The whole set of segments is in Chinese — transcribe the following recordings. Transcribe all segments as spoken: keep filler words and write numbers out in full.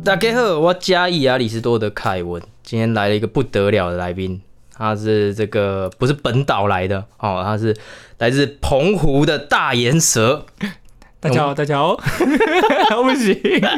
大家好，我嘉义亚里士多的凯文，今天来了一个不得了的来宾，他是这个不是本岛来的哦，他是来自澎湖的大岩蛇。 大家好，大家好，不行，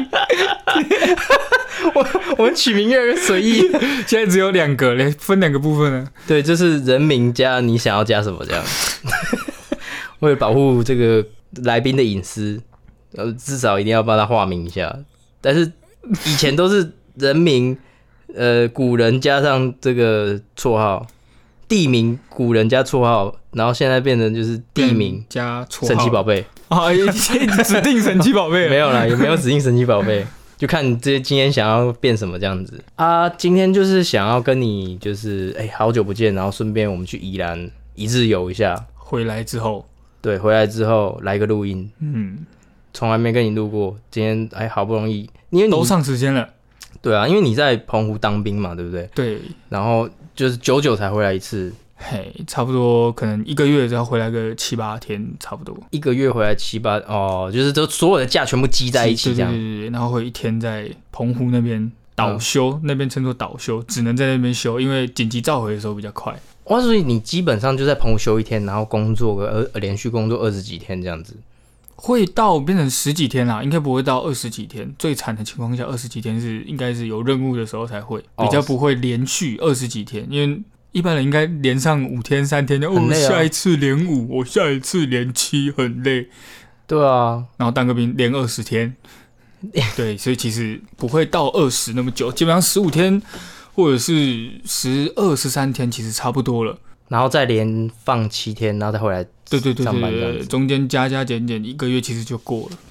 我我们取名越来越随意， 现在只有两个，分两个部分了。 对，就是人名加你想要加什么这样。为了保护这个来宾的隐私，呃，至少一定要帮他化名一下。但是以前都是人名，呃，古人加上这个绰号，地名古人加绰号，然后现在变成就是地名加绰号。 神奇宝贝啊，指定神奇宝贝没有啦，也没有指定神奇宝贝，就看你这今天想要变什么这样子啊。今天就是想要跟你就是哎、欸、好久不见，然后顺便我们去宜兰一日游一下。 回来之后， 对，回来之后来个录音， 嗯， 从来没跟你录过，今天哎好不容易，因为你都上时间了。 对啊，因为你在澎湖当兵嘛，对不对？ 对， 然后就是久久才回来一次， 嘿，差不多可能一个月只要回来个七八天，差不多。 一个月回来七八哦，就是都所有的假全部积在一起这样。 对对对对，然后会一天在澎湖那边岛休，嗯、那边称作岛休，只能在那边休，因为紧急召回的时候比较快。 哇，所以你基本上就在澎湖休一天，然后工作个呃连续工作二十几天这样子。 会到变成十几天啦，应该不会到二十几天。最惨的情况下，二十几天是应该是有任务的时候才会，比较不会连续二十几天，因为一般人应该连上五天三天，哦，下一次连五，我下一次连七，很累。 对啊， 然后当个兵连二十天，对，所以其实不会到二十那么久，基本上十五天或者是十二十三天，其实差不多了。 然后再连放七天，然后再回来对对对上班对对，中间加加减减一个月其实就过了。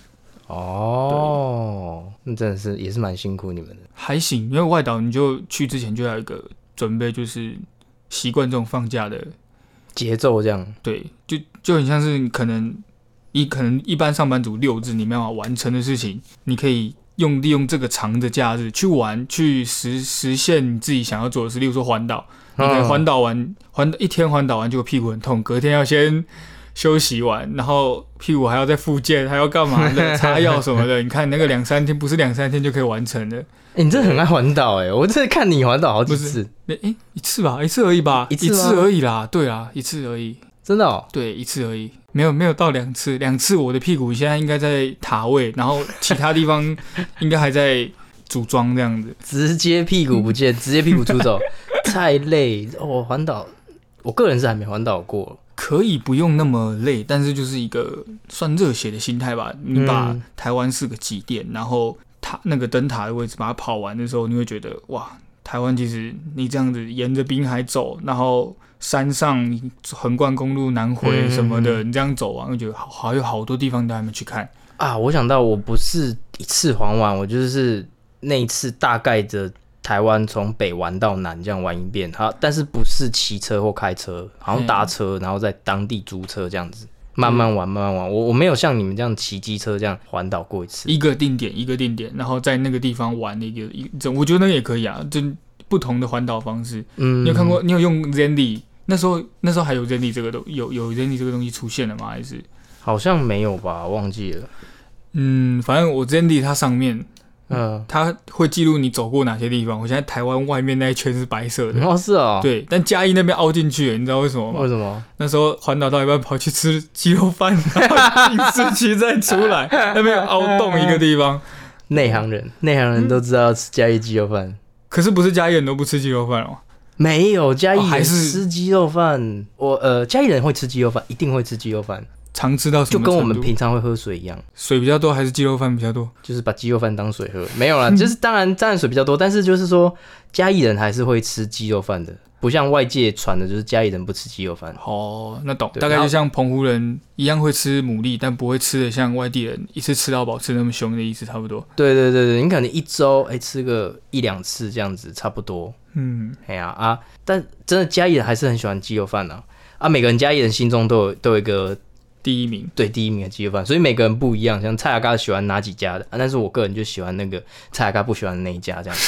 哦，那真的是也是蛮辛苦你们的。 还行，因为外岛你就去之前就要有一个准备，就是习惯这种放假的节奏，这样。 对，就就很像是可能一可能一般上班族六日你没办法完成的事情，你可以用利用这个长的假日去玩，去实实现你自己想要做的事，例如说环岛。你可以环岛完，环一天环岛完，结果屁股很痛，隔天要先休息完，然后屁股还要再复健，还要干嘛的，擦药什么的。你看那个两三天，不是两三天就可以完成的。 欸、你真的很爱环岛哎！我真的看你环岛好几次。 哎、欸，一次吧，一次而已吧，一次, 一次而已啦。对啦，一次而已。 真的哦？ 对，一次而已，没有没有到两次，两次我的屁股现在应该在塔位，然后其他地方应该还在组装这样子。 直接屁股不见，直接屁股出走。太累哦！环岛，我个人是还没环岛过， 可以不用那么累，但是就是一个算热血的心态吧。你把台湾四个极点，然后塔那个灯塔的位置把它跑完的时候，你会觉得哇，台湾其实你这样子沿着滨海走，然后山上横贯公路南回什么的，嗯、你这样走完，会觉得好还有好多地方都还没去看啊！我想到我不是一次环完，我就是那一次大概的。台湾从北玩到南这样玩一遍，好，但是不是骑车或开车，好像搭车，然后在当地租车这样子，慢慢玩，慢慢玩。我我没有像你们这样骑机车这样环岛过一次， 一个定点一个定点，然后在那个地方玩的一个一个，我觉得那个也可以啊，就不同的环岛方式。嗯，你有看过？你有用 Zenly？ 那时候那时候还有 Zenly 这个东有有 Zenly 这个东西出现了吗？还是好像没有吧？忘记了。 嗯，反正我 Zenly 它上面。 嗯， 它会记录你走过哪些地方。我现在台湾外面那一圈是白色的， 哦，是哦， 对，但嘉义那边凹进去了，你知道为什么吗？ 为什么？ 那时候环岛到一半跑去吃鸡肉饭，然后进市区再出来，那边有凹洞一个地方。 内行人，内行人都知道要吃嘉义鸡肉饭、嗯， 可是不是嘉义人都不吃鸡肉饭哦？ 没有，嘉义人吃鸡肉饭、哦。我呃，嘉义人会吃鸡肉饭，一定会吃鸡肉饭。 常吃到什么程度？ 就跟我们平常会喝水一样， 水比较多还是鸡肉饭比较多？ 就是把鸡肉饭当水喝，没有啦，就是当然当然水比较多，但是就是说嘉义人还是会吃鸡肉饭的，不像外界传的就是嘉义人不吃鸡肉饭。 哦，那懂，大概就像澎湖人一样会吃牡蛎，但不会吃的像外地人一次吃到饱吃那么凶的意思，差不多。 对对对对，你可能一周哎、欸、吃个一两次这样子差不多。嗯，哎呀 啊, 啊，但真的嘉义人还是很喜欢鸡肉饭啊啊，每个人嘉义人心中都有都有一个。 第一名， 对，第一名的鸡肉饭，所以每个人不一样。像蔡阿嘎喜欢哪几家的、啊，但是我个人就喜欢那个蔡阿嘎不喜欢的那一家，这样。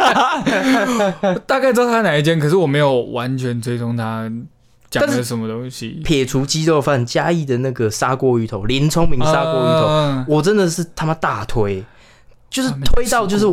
大概知道他哪一间，可是我没有完全追踪他讲的什么东西。 撇除鸡肉饭，嘉义的那个砂锅鱼头，林聪明砂锅鱼头、啊，我真的是他妈大推，就是推到就是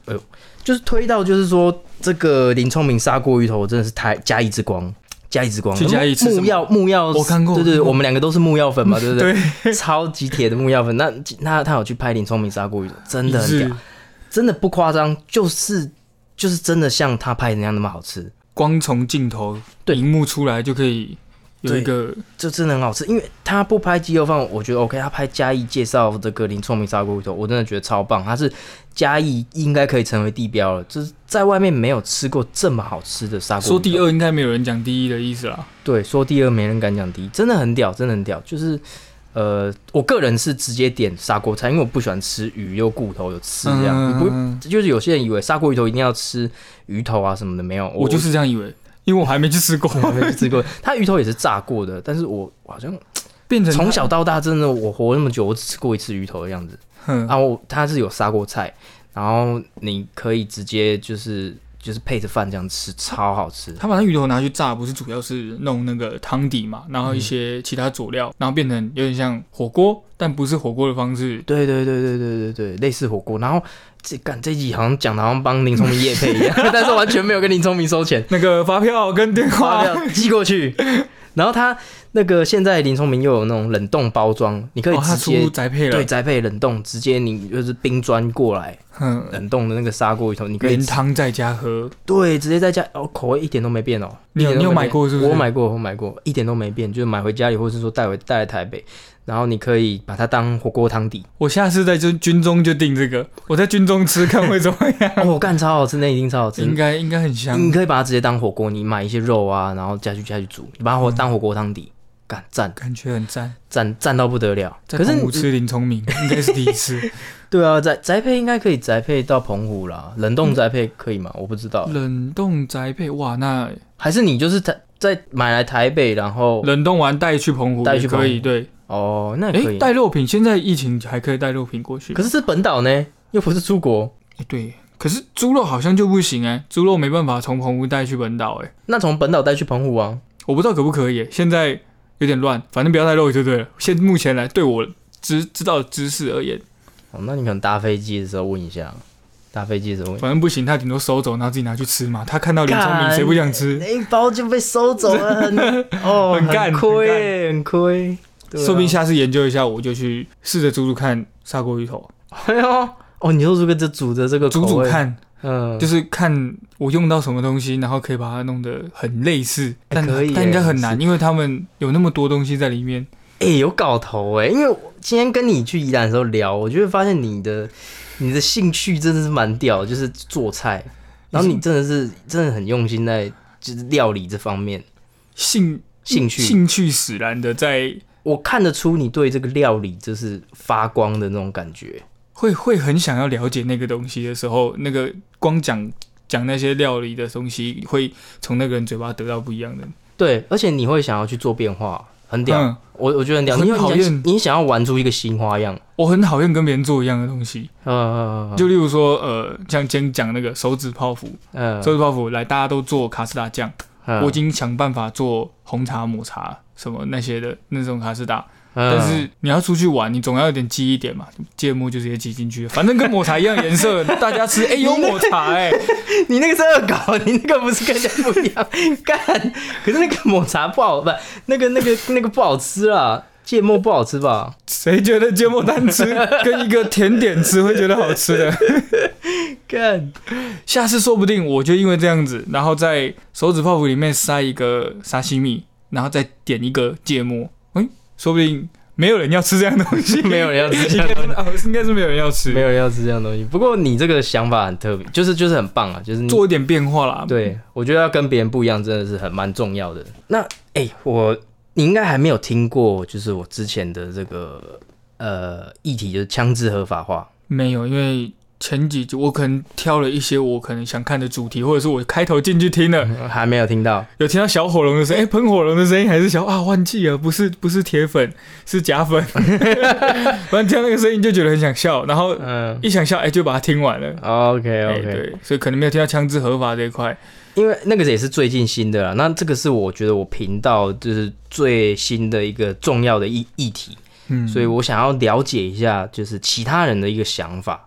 哎呦，就是推到就是说这个林聪明砂锅鱼头真的是太嘉义之光。嘉义之光， 去嘉义吃木曜木曜， 我看过， 对对，我们两个都是木曜粉嘛，对不对？ 对， 超级铁的木曜粉。那那他有去拍林聪明砂锅鱼头，真的很屌，真的不夸张，就是就是真的像他拍的那样那么好吃。 光从镜头、荧幕出来就可以有一个， 这真的很好吃。因为他不拍鸡肉饭，我觉得 OK， 他拍嘉义介绍这个林聪明砂锅鱼头，我真的觉得超棒。他是嘉义应该可以成为地标了，就是在外面没有吃过这么好吃的砂锅鱼头。 说第二应该没有人讲第一的意思啦。 对，说第二没人敢讲第一，真的很屌，真的很屌。就是呃，我个人是直接点砂锅菜，因为我不喜欢吃鱼又骨头有刺这样。嗯、你不就是有些人以为砂锅鱼头一定要吃鱼头啊什么的，没有，我, 我就是这样以为。因为我还没去吃过， 我还没去吃过。它鱼头也是炸过的，但是我好像变成从小到大，真的我活那么久，我只吃过一次鱼头的样子。然后它是有砂锅菜，然后你可以直接就是就是配着饭这样吃，超好吃。 他把那鱼头拿去炸，不是主要是弄那个汤底嘛，然后一些其他佐料，嗯、然后变成有点像火锅，但不是火锅的方式。 对对对对对对对，类似火锅，然后。这干这一集好像讲的好像帮林聪明业配一样，但是完全没有跟林聪明收钱。 那个发票跟电话发票寄过去，然后他那个现在林聪明又有那种冷冻包装，你可以直接、 哦、宅配了， 对宅配冷冻，直接你就是冰砖过来，嗯，冷冻的那个砂锅鱼头，你可以连汤在家喝， 对，直接在家哦，口味一点都没变哦。 你有你有买过是不是？ 我买过，我买过，一点都没变，就是买回家里，或是说带回带来台北。然后你可以把它当火锅汤底。 我下次在军中就订这个，我在军中吃看会怎么样。 哦，干超好吃，那一定超好吃， 应该应该很香。 你可以把它直接当火锅，你买一些肉啊，然后加去加去煮，你把它当火锅汤底，干赞， 感觉很赞， 赞赞到不得了。 可是我吃林聪明应该是第一次。 对啊，宅宅配应该可以宅配到澎湖啦，冷冻宅配可以吗？我不知道。 冷冻宅配哇，那还是你就是再买来台北，然后冷冻完带去澎湖，带去可以对。 哦，那也可以。 带肉品，现在疫情还可以带肉品过去。 可是是本岛呢，又不是出国。 欸、对，可是猪肉好像就不行哎、欸，猪肉没办法从澎湖带去本岛哎、欸。 那从本岛带去澎湖啊？ 我不知道可不可以、欸，现在有点乱，反正不要带肉就对了。现目前来对我知知道的知识而言， 哦，那你可能搭飞机的时候问一下。搭飞机的时候问， 反正不行，他顶多收走，然后自己拿去吃嘛。他看到林聪明，谁不想吃？ 那一包就被收走了，很哦， 很干， 很亏，很亏。啊、 说不定下次研究一下，我就去试着煮煮看砂锅鱼头。 哎呦，哦，你说这个煮的这个煮煮看， 嗯， 就是看我用到什么东西，然后可以把它弄得很类似，但可以， 但应该很难，因为他们有那么多东西在里面。 哎、欸，有搞头哎、欸！因为我今天跟你去宜兰的时候聊，我就会发现你的你的兴趣真的是蛮屌，就是做菜，然后你真的是真的很用心在就是料理这方面， 兴兴趣兴趣使然的在。 我看得出你对这个料理就是发光的那种感觉， 会会很想要了解那个东西的时候，那个光讲讲那些料理的东西，会从那个人嘴巴得到不一样的。 对，而且你会想要去做变化，很屌。嗯、我我觉得很屌， 很讨厌你想要玩出一个新花样。 我很讨厌跟别人做一样的东西。 嗯嗯嗯。 就例如说，呃，像今天讲那个手指泡芙， 嗯， 手指泡芙来，大家都做卡士达酱， 嗯、 我已经想办法做红茶抹茶。什么那些的那种卡士达，嗯、但是你要出去玩，你总要有点记忆点嘛。芥末就直接挤进去，反正跟抹茶一样颜色，大家吃，哎、欸，有抹茶哎、欸。 你那个是恶搞，你那个不是跟人家不一样，干。可是那个抹茶不好，不，那个那个那个不好吃啦，芥末不好吃吧？ 谁觉得芥末单吃跟一个甜点吃会觉得好吃的？干，下次说不定我就因为这样子，然后在手指泡芙里面塞一个沙西米。然后再点一个芥末，哎、欸，说不定没有人要吃这样的东西， 没有人要吃这样的东西， 啊、应该是没有人要吃， 没有人要吃这样的东西。不过你这个想法很特别，就是就是很棒啊，就是你做一点变化啦。 对，我觉得要跟别人不一样，真的是很蛮重要的。那哎、欸，我你应该还没有听过，就是我之前的这个呃议题，就是枪支合法化。 没有，因为。前几集我可能挑了一些我可能想看的主题，或者是我开头进去听了， 嗯、还没有听到， 有听到小火龙的声音，哎、欸，喷火龙的声音还是小啊，忘记了，不是不是铁粉，是假粉，反正听到那个声音就觉得很想笑，然后一想笑，哎、欸，就把它听完了。 OK OK，、欸、 对，所以可能没有听到枪支合法这一块， 因为那个也是最近新的啦。那这个是我觉得我频道就是最新的一个重要的议议题，嗯，所以我想要了解一下，就是其他人的一个想法。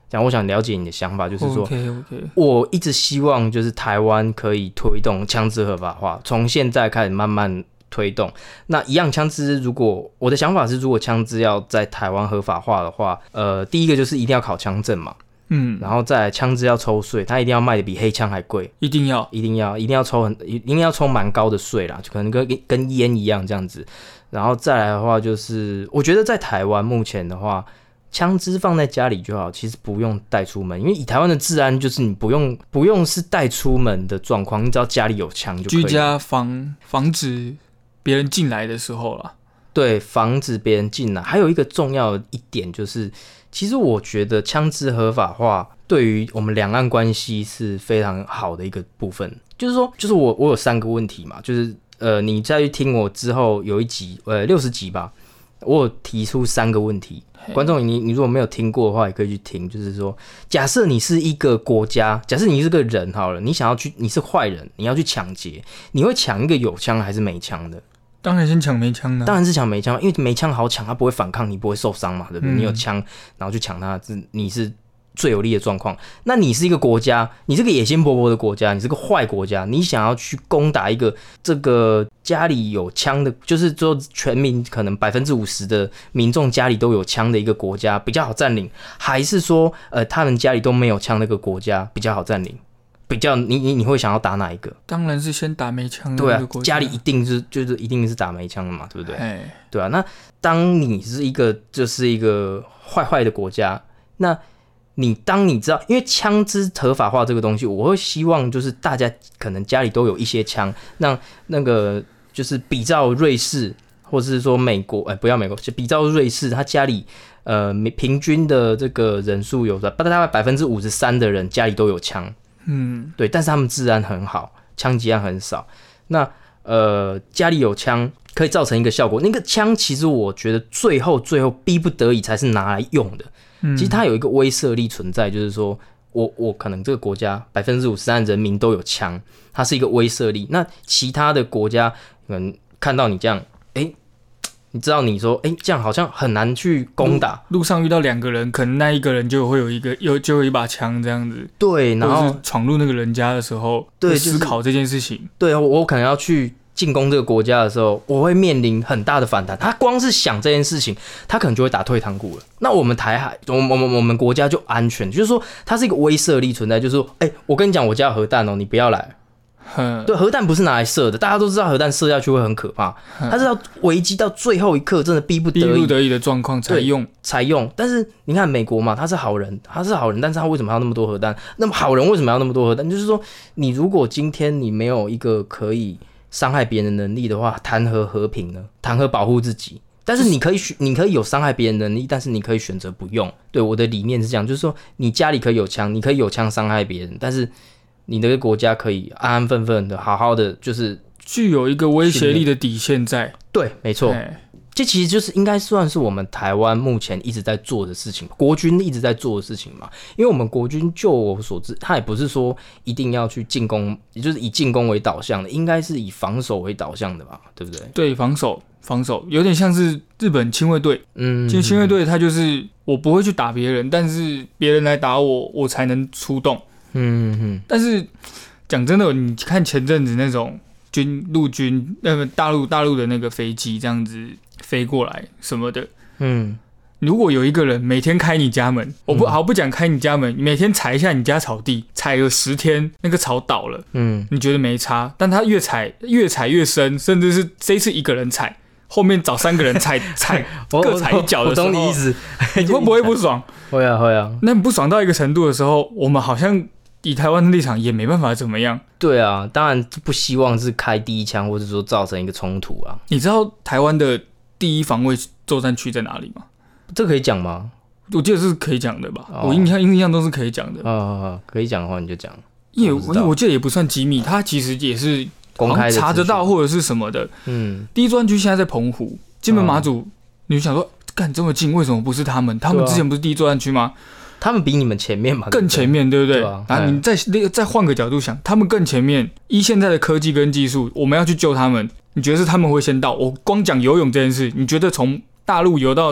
讲我想了解你的想法，就是说 ，OK OK， 我一直希望就是台湾可以推动枪支合法化，从现在开始慢慢推动。那一样枪支，如果我的想法是，如果枪支要在台湾合法化的话，呃，第一个就是一定要考枪证嘛。嗯，然后再来枪支要抽税，它一定要卖的比黑枪还贵， 一定要， 一定要，一定要抽很，一定要抽蛮高的税啦，就可能跟跟烟一样这样子。然后再来的话，就是我觉得在台湾目前的话，枪支放在家里就好，其实不用带出门，因为以台湾的治安，就是你不用不用是带出门的状况，你只要家里有枪就可以。 居家防防止别人进来的时候啦， 对，防止别人进来。还有一个重要的一点就是。其实我觉得枪支合法化对于我们两岸关系是非常好的一个部分。就是说，就是我我有三个问题嘛，就是呃，你再去听我之后有一集，呃，六十集吧，我有提出三个问题。观众你你如果没有听过的话，也可以去听。就是说，假设你是一个国家，假设你是个人好了，你想要去，你是坏人，你要去抢劫，你会抢一个有枪还是没枪的？ 当然先抢没枪的， 当然是抢没枪，因为没枪好抢，他不会反抗，你不会受伤嘛，对不对？嗯、你有枪，然后去抢他，你是最有利的状况。那你是一个国家，你是个野心勃勃的国家，你是个坏国家，你想要去攻打一个这个家里有枪的，就是说全民可能百分之五十的民众家里都有枪的一个国家比较好占领，还是说呃他们家里都没有枪的一个国家比较好占领？比较你你你会想要打哪一个？ 当然是先打没枪的对那个国家。 啊，家里一定是就是一定是打没枪的嘛，对不对？对啊，那当你是一个就是一个坏坏的国家，那你当你知道，因为枪支合法化这个东西，我会希望就是大家可能家里都有一些枪，让那个就是比照瑞士或者是说美国，哎、欸，不要美国，就比照瑞士，他家里呃平均的这个人数有大概百分之五十三的人家里都有枪。嗯，对，但是他们治安很好，枪击案很少。那呃，家里有枪可以造成一个效果，那个枪其实我觉得最后最后逼不得已才是拿来用的。嗯、其实它有一个威慑力存在，就是说我我可能这个国家百分之五十三人民都有枪，它是一个威慑力。那其他的国家可能看到你这样，哎。你知道你说，哎、欸，这样好像很难去攻打。 路, 路上遇到两个人，可能那一个人就会有一个，有就有一把枪这样子。 对，然后闯入那个人家的时候，对，思考这件事情。 对，我可能要去进攻这个国家的时候，我会面临很大的反弹。他光是想这件事情，他可能就会打退堂鼓了。那我们台海，我们我们我们国家就安全，就是说它是一个威慑力存在，就是说，哎、欸，我跟你讲，我家有核弹哦，你不要来。对，核弹不是拿来射的，大家都知道核弹射下去会很可怕，它是要危机到最后一刻，真的逼不得已、 逼不得已的状况才用才用。但是你看美国嘛，他是好人，他是好人，但是他为什么要那么多核弹？那么好人为什么要那么多核弹？就是说，你如果今天你没有一个可以伤害别人的能力的话，谈何和平呢？谈何保护自己？但是你可以选，你可以有伤害别人的能力，但是你可以选择不用。对，我的理念是这样，就是说，你家里可以有枪，你可以有枪伤害别人，但是你的国家可以安安分分的、好好的，就是具有一个威胁力的底线在。 对，没错。这其实就是应该算是我们台湾目前一直在做的事情，国军一直在做的事情嘛。因为我们国军就我所知，他也不是说一定要去进攻，也就是以进攻为导向的，应该是以防守为导向的吧，对不对？ 对，防守，防守有点像是日本亲卫队。嗯，其实亲卫队他就是我不会去打别人，但是别人来打我，我才能出动。嗯嗯。但是讲真的，你看前阵子那种军陆军那个大陆大陆的那个飞机这样子飞过来什么的，嗯，如果有一个人每天开你家门，我不好不讲开你家门，每天踩一下你家草地，踩了十天，那个草倒了，嗯，你觉得没差，但他越踩越踩越深，甚至是这一次一个人踩，后面找三个人踩踩各踩一脚的时候， 我懂你意思， 你会不会不爽？ 会啊会啊。 那你不爽到一个程度的时候，我们好像以台湾的立场也没办法怎么样。 对啊，当然不希望是开第一枪，或者说造成一个冲突啊。 你知道台湾的第一防卫作战区在哪里吗？ 这可以讲吗？ 我记得是可以讲的吧，哦、我印象印象中是可以讲的。 哦哦哦，可以讲的话你就讲。 因为 我, 我记得也不算机密，它其实也是公开查得到或者是什么的。嗯，第一作战区现在在澎湖、金门、马祖，嗯、你就想说，干这么近，为什么不是他们？他们之前不是第一作战区吗？ 他们比你们前面嘛， 更前面，对不对？ 对啊、 然后你再再换个角度想，他们更前面，依现在的科技跟技术，我们要去救他们，你觉得是他们会先到？我光讲游泳这件事，你觉得从大陆游到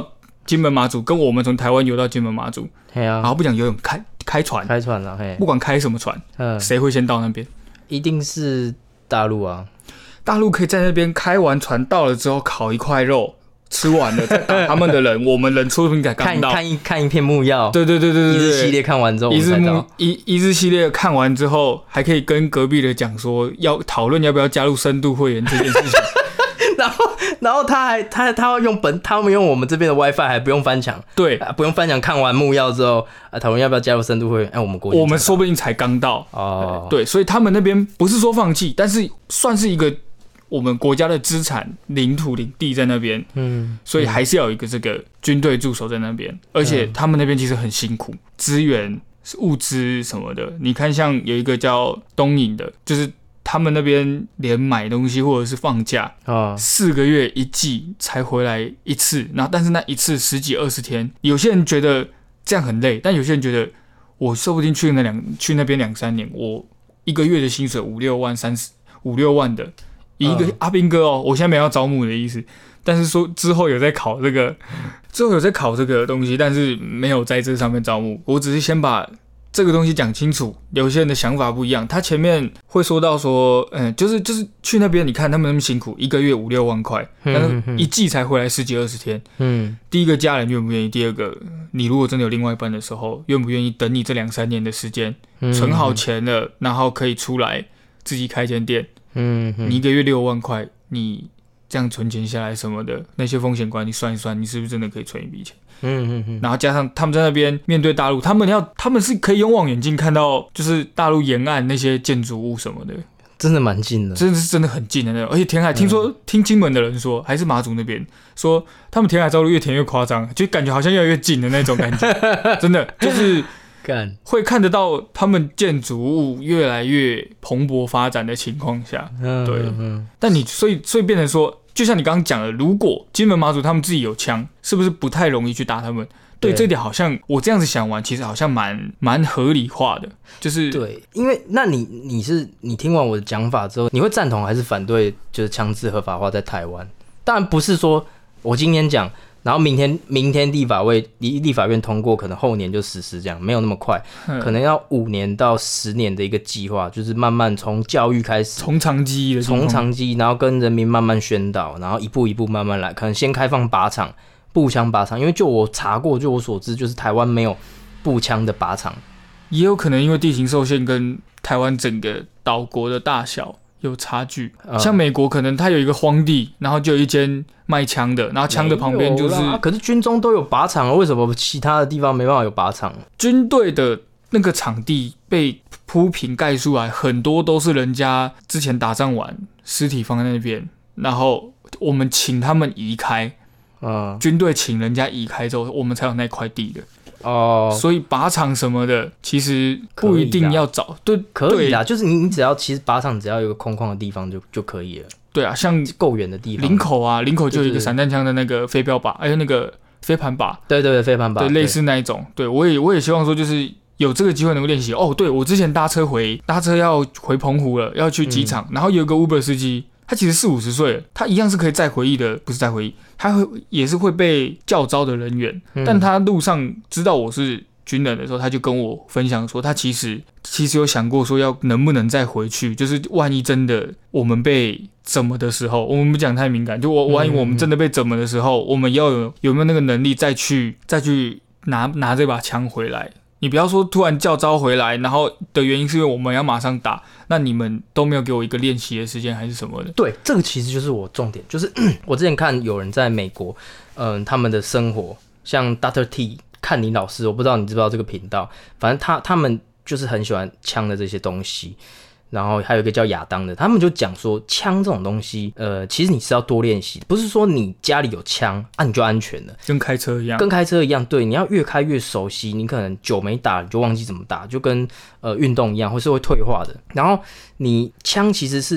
金门马祖，跟我们从台湾游到金门马祖， 嘿啊， 然后不讲游泳，开开船， 开船了，嘿， 不管开什么船， 嗯， 谁会先到那边？ 一定是大陆啊， 大陆可以在那边开完船到了之后烤一块肉。吃完了再打他们的人，我们人说不定才刚到。 看看一看一片木曜， 对对对对对， 一日系列看完之后， 一日木一一日系列看完之后，还可以跟隔壁的讲说要讨论要不要加入深度会员这件事情。 然后，然后他还他他要用本，他们用我们这边的 WiFi 还不用翻墙， 对、 啊，不用翻墙。看完木曜之后，啊，讨论要不要加入深度会员。哎、啊，我们国我们说不定才刚到哦， 对，所以他们那边不是说放弃，但是算是一个。我们国家的资产、领土、领地在那边，嗯，所以还是要有一个这个军队驻守在那边，而且他们那边其实很辛苦，资源、物资什么的。你看，像有一个叫东引的，就是他们那边连买东西或者是放假，啊，四个月一季才回来一次，然后但是那一次十几二十天，有些人觉得这样很累，但有些人觉得我说不定去那两去那边两三年，我一个月的薪水五六万、三十五六万的。以一个阿兵哥哦，我现在没有要招募的意思，但是说之后有在考这个，之后有在考这个东西，但是没有在这上面招募。我只是先把这个东西讲清楚。有些人的想法不一样，他前面会说到说，嗯，就是就是去那边，你看他们那么辛苦，一个月五六万块，但是一季才回来十几二十天。嗯，第一个家人愿不愿意？第二个，你如果真的有另外一半的时候，愿不愿意等你这两三年的时间，存好钱了，然后可以出来自己开间店？嗯，你一个月六万块，你这样存钱下来什么的，那些风险管理算一算，你是不是真的可以存一笔钱？嗯嗯嗯。然后加上他们在那边面对大陆，他们要他们是可以用望远镜看到，就是大陆沿岸那些建筑物什么的， 真的蛮近的， 真的是真的很近的那种。而且填海，听说、嗯、听金门的人说，还是马祖那边说，他们填海造陆越填越夸张，就感觉好像越来越近的那种感觉，真的就是。会看得到他们建筑物越来越蓬勃发展的情况下，嗯、对，嗯、但你所以所以变成说，就像你刚刚讲的，如果金门马祖他们自己有枪，是不是不太容易去打他们？对，对这点好像我这样子想完，其实好像蛮蛮合理化的，就是对，因为那你你是你听完我的讲法之后，你会赞同还是反对？就是枪支合法化在台湾？当然不是说我今天讲。然后明天明天立法会立立法院通过，可能后年就实施，这样没有那么快，可能要五年到十年的一个计划，就是慢慢从教育开始， 从长计议的， 从长计议，然后跟人民慢慢宣导，然后一步一步慢慢来，可能先开放靶场，步枪靶场，因为就我查过，就我所知，就是台湾没有步枪的靶场， 也有可能因为地形受限跟台湾整个岛国的大小。有差距，像美国可能它有一个荒地，然后就有一间卖枪的，然后枪的旁边就是， 可是军中都有靶场，为什么其他的地方没办法有靶场？ 军队的那个场地被铺平盖出来，很多都是人家之前打仗完尸体放在那边，然后我们请他们移开，嗯，军队请人家移开之后，我们才有那块地的。哦，所以靶场什么的，其实不一定要找，对， 可以啦，就是你你只要其实靶场只要有一个空旷的地方就就可以了。 对啊，像够远的地方， 林口啊，林口就有一个散弹枪的那个飞镖靶，还有那个飞盘靶， 对对对，飞盘靶， 对，类似那一种。对我也我也希望说，就是有这个机会能够练习。哦，对我之前搭车回搭车要回澎湖了，要去机场，嗯、然后有一个 Uber 司机。他其实四五十岁了，他一样是可以再回忆的，不是再回忆，他会也是会被教召的人员，嗯、但他路上知道我是军人的时候，他就跟我分享说，他其实其实有想过说要能不能再回去，就是万一真的我们被怎么的时候，我们不讲太敏感，就我万一我们真的被怎么的时候，我们要有有没有那个能力再去再去拿拿这把枪回来。你不要说突然叫召回来，然后的原因是因为我们要马上打，那你们都没有给我一个练习的时间还是什么的？ 对，这个其实就是我重点，就是我之前看有人在美国，嗯，他们的生活像 Doctor T 看你老师，我不知道你知不知道这个频道，反正他他们就是很喜欢枪的这些东西。然后还有一个叫亚当的，他们就讲说，枪这种东西，呃，其实你是要多练习，不是说你家里有枪啊你就安全了， 跟开车一样， 跟开车一样，对，你要越开越熟悉，你可能久没打你就忘记怎么打，就跟呃运动一样，或是会退化的。然后你枪其实是要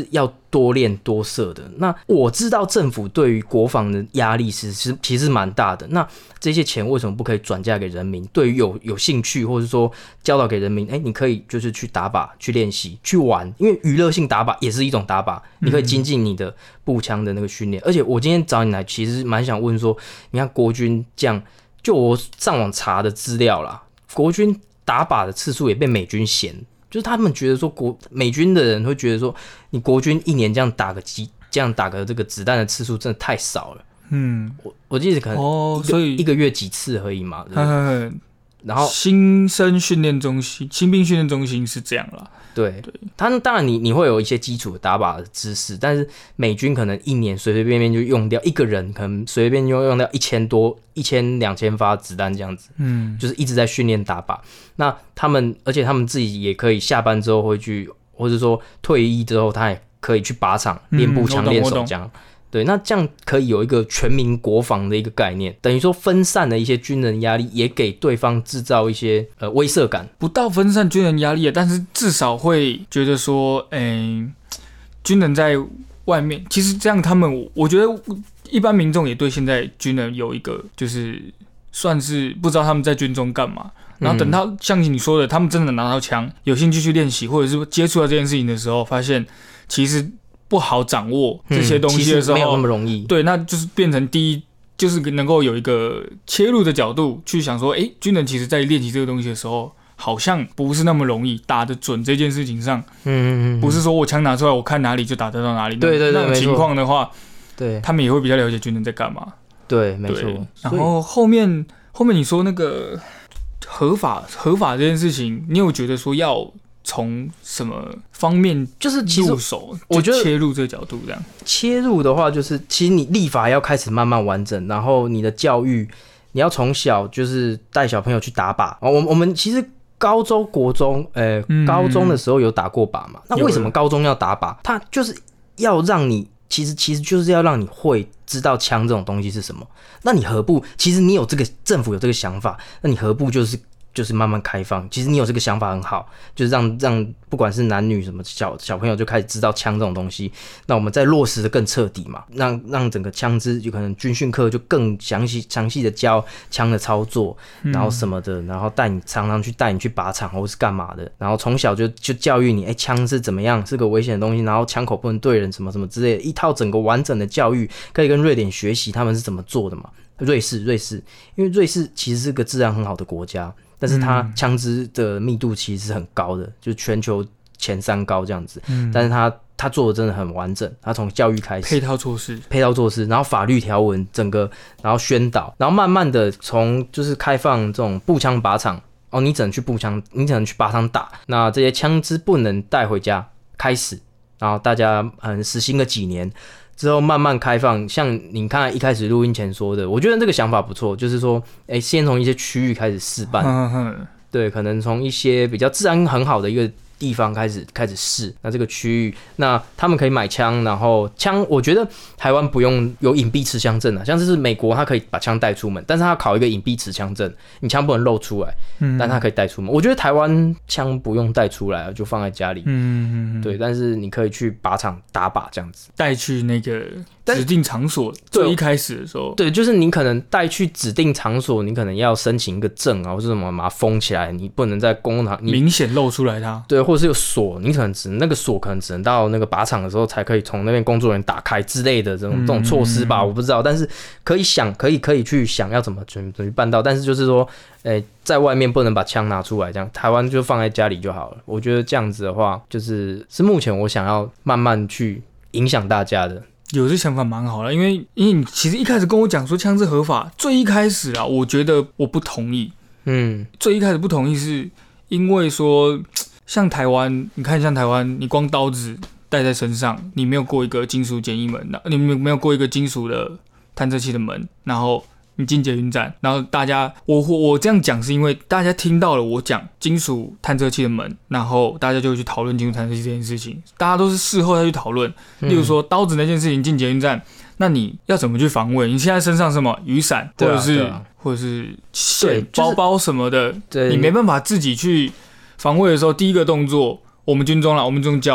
多练多射的。那我知道政府对于国防的压力是是其实蛮大的。那这些钱为什么不可以转嫁给人民？对于有有兴趣或者说教导给人民，哎，你可以就是去打靶、去练习、去玩，因为娱乐性打靶也是一种打靶，你可以精进你的步枪的那个训练。而且我今天找你来，其实蛮想问说，你看国军这样，就我上网查的资料啦，国军打靶的次数也被美军嫌。就是他们觉得说国美军的人会觉得说，你国军一年这样打个几这样打个这个子弹的次数真的太少了。嗯，我我记得可能哦，所以一个月几次而已嘛。对不对？然后新生训练中心、新兵训练中心是这样啦。 对，对，他当然你你会有一些基础的打靶的知识，但是美军可能一年随随便便就用掉一个人，可能随便就用掉一千多、一千两千发子弹这样子，嗯，就是一直在训练打靶。那他们，而且他们自己也可以下班之后会去，或者说退役之后，他也可以去靶场练步枪、练手枪。对，那这样可以有一个全民国防的一个概念，等于说分散了一些军人压力，也给对方制造一些呃威慑感。 不到分散军人压力，但是至少会觉得说，诶，军人在外面，其实这样他们，我觉得一般民众也对现在军人有一个就是算是不知道他们在军中干嘛。然后等到像你说的，他们真的拿到枪，有兴趣去练习，或者是接触到这件事情的时候，发现其实不好掌握这些东西的时候， 嗯、没有那么容易。 对，那就是变成第一，就是能够有一个切入的角度去想说，哎，军人其实在练习这个东西的时候，好像不是那么容易打得准这件事情上。嗯嗯嗯，不是说我枪拿出来，我看哪里就打得到哪里。 对对对， 那种情况的话， 对， 他们也会比较了解军人在干嘛。 对，没错。 然后后面后面你说那个合法合法这件事情，你有觉得说要从什么方面就是入手？我觉得切入这个角度，这样切入的话，就是其实你立法要开始慢慢完整，然后你的教育，你要从小就是带小朋友去打靶。我我们其实高中国中，呃，嗯、高中的时候有打过靶嘛？那为什么高中要打靶？它就是要让你，其实其实就是要让你会知道枪这种东西是什么。那你何不？其实你有这个政府有这个想法，那你何不就是就是慢慢开放？其实你有这个想法很好，就是让让不管是男女什么小小朋友就开始知道枪这种东西。那我们再落实的更彻底嘛，让让整个枪支有可能军训课就更详细详细的教枪的操作，然后什么的，然后带你常常去带你去靶场或是干嘛的，然后从小就就教育你，哎，枪是怎么样，是个危险的东西，然后枪口不能对人，什么什么之类的，一套整个完整的教育，可以跟瑞典学习他们是怎么做的嘛。瑞士，瑞士，因为瑞士其实是个治安很好的国家，但是它枪支的密度其实是很高的，就全球前三高这样子。嗯、但是它它做的真的很完整，它从教育开始， 配套措施， 配套措施，然后法律条文，整个然后宣导，然后慢慢的从就是开放这种步枪靶场，哦，你只能去步枪，你只能去靶场打，那这些枪支不能带回家开始，然后大家嗯实行了几年。之后慢慢开放，像你看一开始录音前说的，我觉得这个想法不错，就是说，哎、欸，先从一些区域开始试办，嗯嗯对，可能从一些比较治安很好的一个地方开始开始试，那这个区域，那他们可以买枪，然后枪，我觉得台湾不用有隐蔽持枪证啊，像是美国他可以把枪带出门，但是他考一个隐蔽持枪证，你枪不能露出来，嗯，但他可以带出门。我觉得台湾枪不用带出来，就放在家里，嗯嗯对，但是你可以去靶场打靶这样子， 带去那个指定场所。最一开始的时候， 对，就是你可能带去指定场所，你可能要申请一个证啊，或者什么把它封起来，你不能在公共场明显露出来它， 对。或者是有锁，你可能只能那个锁可能只能到那个靶场的时候才可以从那边工作人员打开之类的这种、嗯、这种措施吧，我不知道，但是可以想，可以可以去想要怎么怎么去办到，但是就是说，诶、欸，在外面不能把枪拿出来，这样台湾就放在家里就好了。我觉得这样子的话，就是是目前我想要慢慢去影响大家的。 有这想法蛮好的，因为因为你其实一开始跟我讲说枪支合法，最一开始啊，我觉得我不同意，嗯，最一开始不同意是因为说。像台湾，你看像台湾，你光刀子带在身上，你没有过一个金属检疫门，你没有过一个金属的探测器的门，然后你进捷运站，然后大家，我我这样讲是因为大家听到了我讲金属探测器的门，然后大家就会去讨论金属探测器这件事情，大家都是事后再去讨论。例如说刀子那件事情进捷运站，那你要怎么去防卫？你现在身上什么雨伞，或者是、啊啊、或者是线、就是、包包什么的，你没办法自己去。防卫的时候，第一个动作，我们军中啦，我们军中教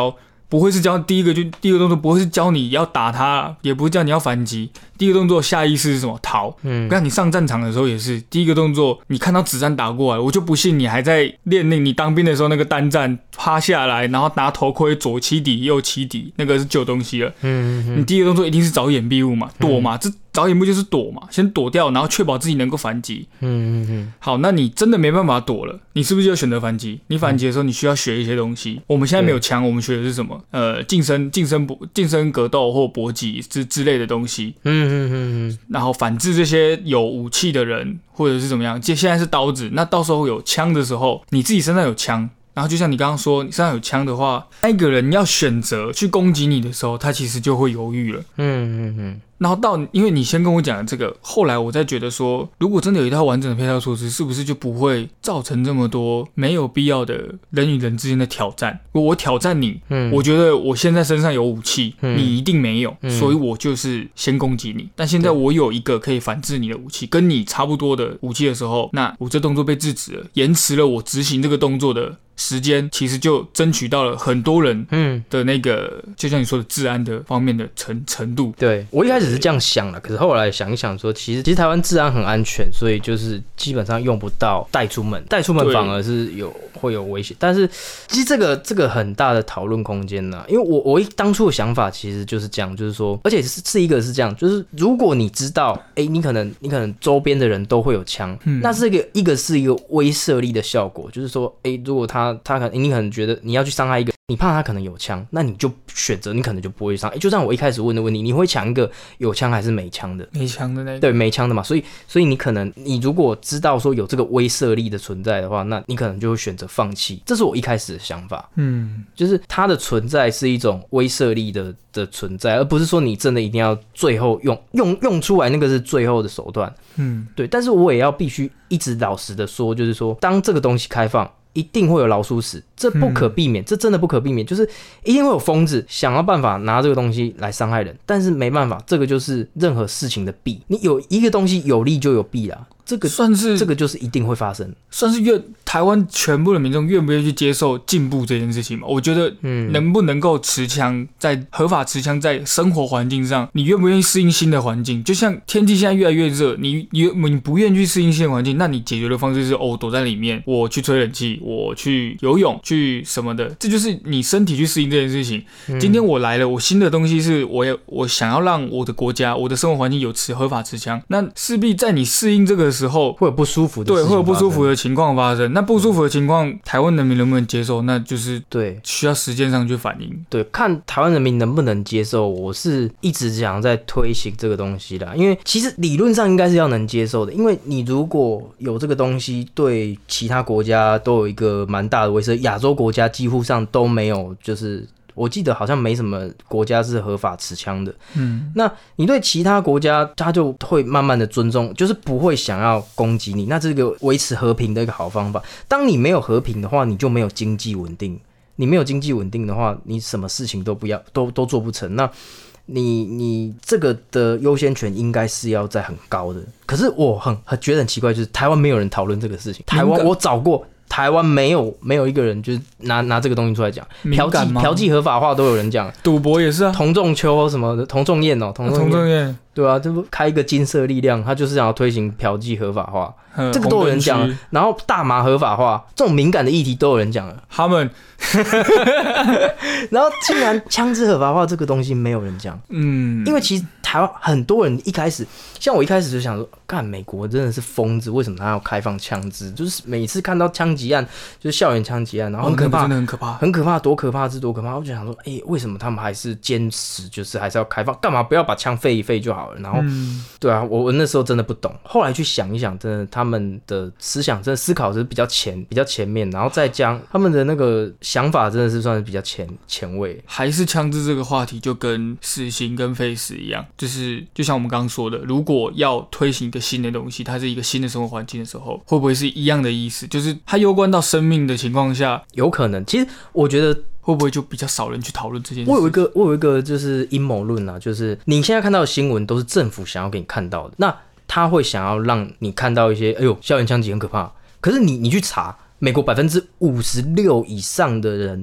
不会是教第一个就第一个动作不会是教你要打他，也不会教你要反击。第一个动作下意识是什么？逃。嗯，刚才你上战场的时候也是，第一个动作你看到子弹打过来，我就不信你还在练那你当兵的时候那个单战趴下来，然后拿头盔左起底右起底，那个是旧东西了。嗯, 嗯, 嗯，你第一个动作一定是找掩蔽物嘛，躲嘛，嗯、这找掩蔽就是躲嘛，先躲掉，然后确保自己能够反击。嗯嗯嗯。好，那你真的没办法躲了，你是不是就选择反击？你反击的时候，你需要学一些东西。我们现在没有枪，我们学的是什么？呃，近身、近身搏、近身格斗或搏击之之类的东西。嗯嗯嗯嗯。然后反制这些有武器的人，或者是怎么样？现在是刀子，那到时候有枪的时候，你自己身上有枪。然后就像你刚刚说，你身上有枪的话，那一个人要选择去攻击你的时候，他其实就会犹豫了。嗯嗯嗯。然后到，因为你先跟我讲的这个，后来我再觉得说，如果真的有一套完整的配套措施，是不是就不会造成这么多没有必要的人与人之间的挑战？我挑战你，嗯，我觉得我现在身上有武器，嗯、你一定没有，嗯、所以我就是先攻击你。但现在我有一个可以反制你的武器，跟你差不多的武器的时候，那我这动作被制止了，延迟了我执行这个动作的时间，其实就争取到了很多人的那个，嗯、就像你说的治安的方面的程程度。 对，我一开始只是这样想了，可是后来想一想说，其实其实台湾治安很安全，所以就是基本上用不到带出门，带出门反而是有会有危险。但是其实这个这个很大的讨论空间呢，因为我我一当初的想法其实就是这样，就是说，而且是是一个是这样，就是如果你知道，哎、欸，你可能你可能周边的人都会有枪，嗯、那这个一个是一个威慑力的效果，就是说，哎、欸，如果他他可能你可能觉得你要去伤害一个。你怕他可能有枪，那你就选择，你可能就不会伤。欸、就像我一开始问的问题，你会抢一个有枪还是没枪的？ 没枪的那个。 对，没枪的嘛。所以，所以你可能，你如果知道说有这个威慑力的存在的话，那你可能就会选择放弃。这是我一开始的想法。嗯，就是它的存在是一种威慑力的的存在，而不是说你真的一定要最后用用用出来，那个是最后的手段。嗯，对。但是我也要必须一直老实的说，就是说，当这个东西开放。一定会有老鼠屎，这不可避免，嗯、这真的不可避免，就是一定会有疯子想要办法拿这个东西来伤害人，但是没办法，这个就是任何事情的弊。你有一个东西有利就有弊啦，这个算是这个就是一定会发生， 算是越台湾全部的民众愿不愿意去接受进步这件事情嘛？我觉得，能不能够持枪，在合法持枪，在生活环境上，你愿不愿意适应新的环境？就像天气现在越来越热，你你你不愿意去适应新的环境，那你解决的方式是哦，躲在里面，我去吹冷气，我去游泳，去什么的，这就是你身体去适应这件事情。嗯、今天我来了，我新的东西是我也我想要让我的国家、我的生活环境有持合法持枪，那势必在你适应这个时候会有不舒服的事情发生， 对，会有不舒服的情况发生。那不舒服的情况，台湾人民能不能接受？那就是对需要时间上去反应。 对，看台湾人民能不能接受，我是一直想在推行这个东西啦。因为其实理论上应该是要能接受的，因为你如果有这个东西，对其他国家都有一个蛮大的威慑，亚洲国家几乎上都没有，就是我记得好像没什么国家是合法持枪的。嗯，那你对其他国家，他就会慢慢的尊重，就是不会想要攻击你。那这个维持和平的一个好方法。当你没有和平的话，你就没有经济稳定。你没有经济稳定的话，你什么事情都不要，都都做不成。那你你这个的优先权应该是要在很高的。可是我很很觉得很奇怪，就是台湾没有人讨论这个事情。台湾我找过。台湾没有没有一个人就是拿拿这个东西出来讲，嫖妓嫖妓合法化都有人讲， 赌博也是啊， 童仲秋什么的，童仲彦哦，童仲彦， 对啊，这不开一个金色力量，他就是想要推行嫖妓合法化，这个都有人讲，然后大麻合法化这种敏感的议题都有人讲了， 他们， 然后竟然枪支合法化这个东西没有人讲，嗯，因为其实台湾很多人一开始，像我一开始就想说，干美国真的是疯子，为什么他要开放枪支？就是每次看到枪击案，就是校园枪击案，然后很可怕， 哦、真的很可怕， 很可怕，多可怕是多可怕。我就想说，哎、欸，为什么他们还是坚持，就是还是要开放？干嘛不要把枪废一废就好了？然后，嗯、对啊，我我那时候真的不懂，后来去想一想，真的他们的思想真的思考是比较前比较前面，然后再将他们的那个想法真的是算是比较前前卫。 还是枪支这个话题就跟死刑跟废死一样，就是就像我们刚刚说的，如果要推行一个新的东西，它是一个新的生活环境的时候，会不会是一样的意思？就是它攸关到生命的情况下， 有可能。其实我觉得会不会就比较少人去讨论这件事？ 我有一个，我有一个就是阴谋论啊，就是你现在看到的新闻都是政府想要给你看到的，那他会想要让你看到一些，哎呦，校园枪击很可怕。可是你你去查，美国百分之五十六以上的人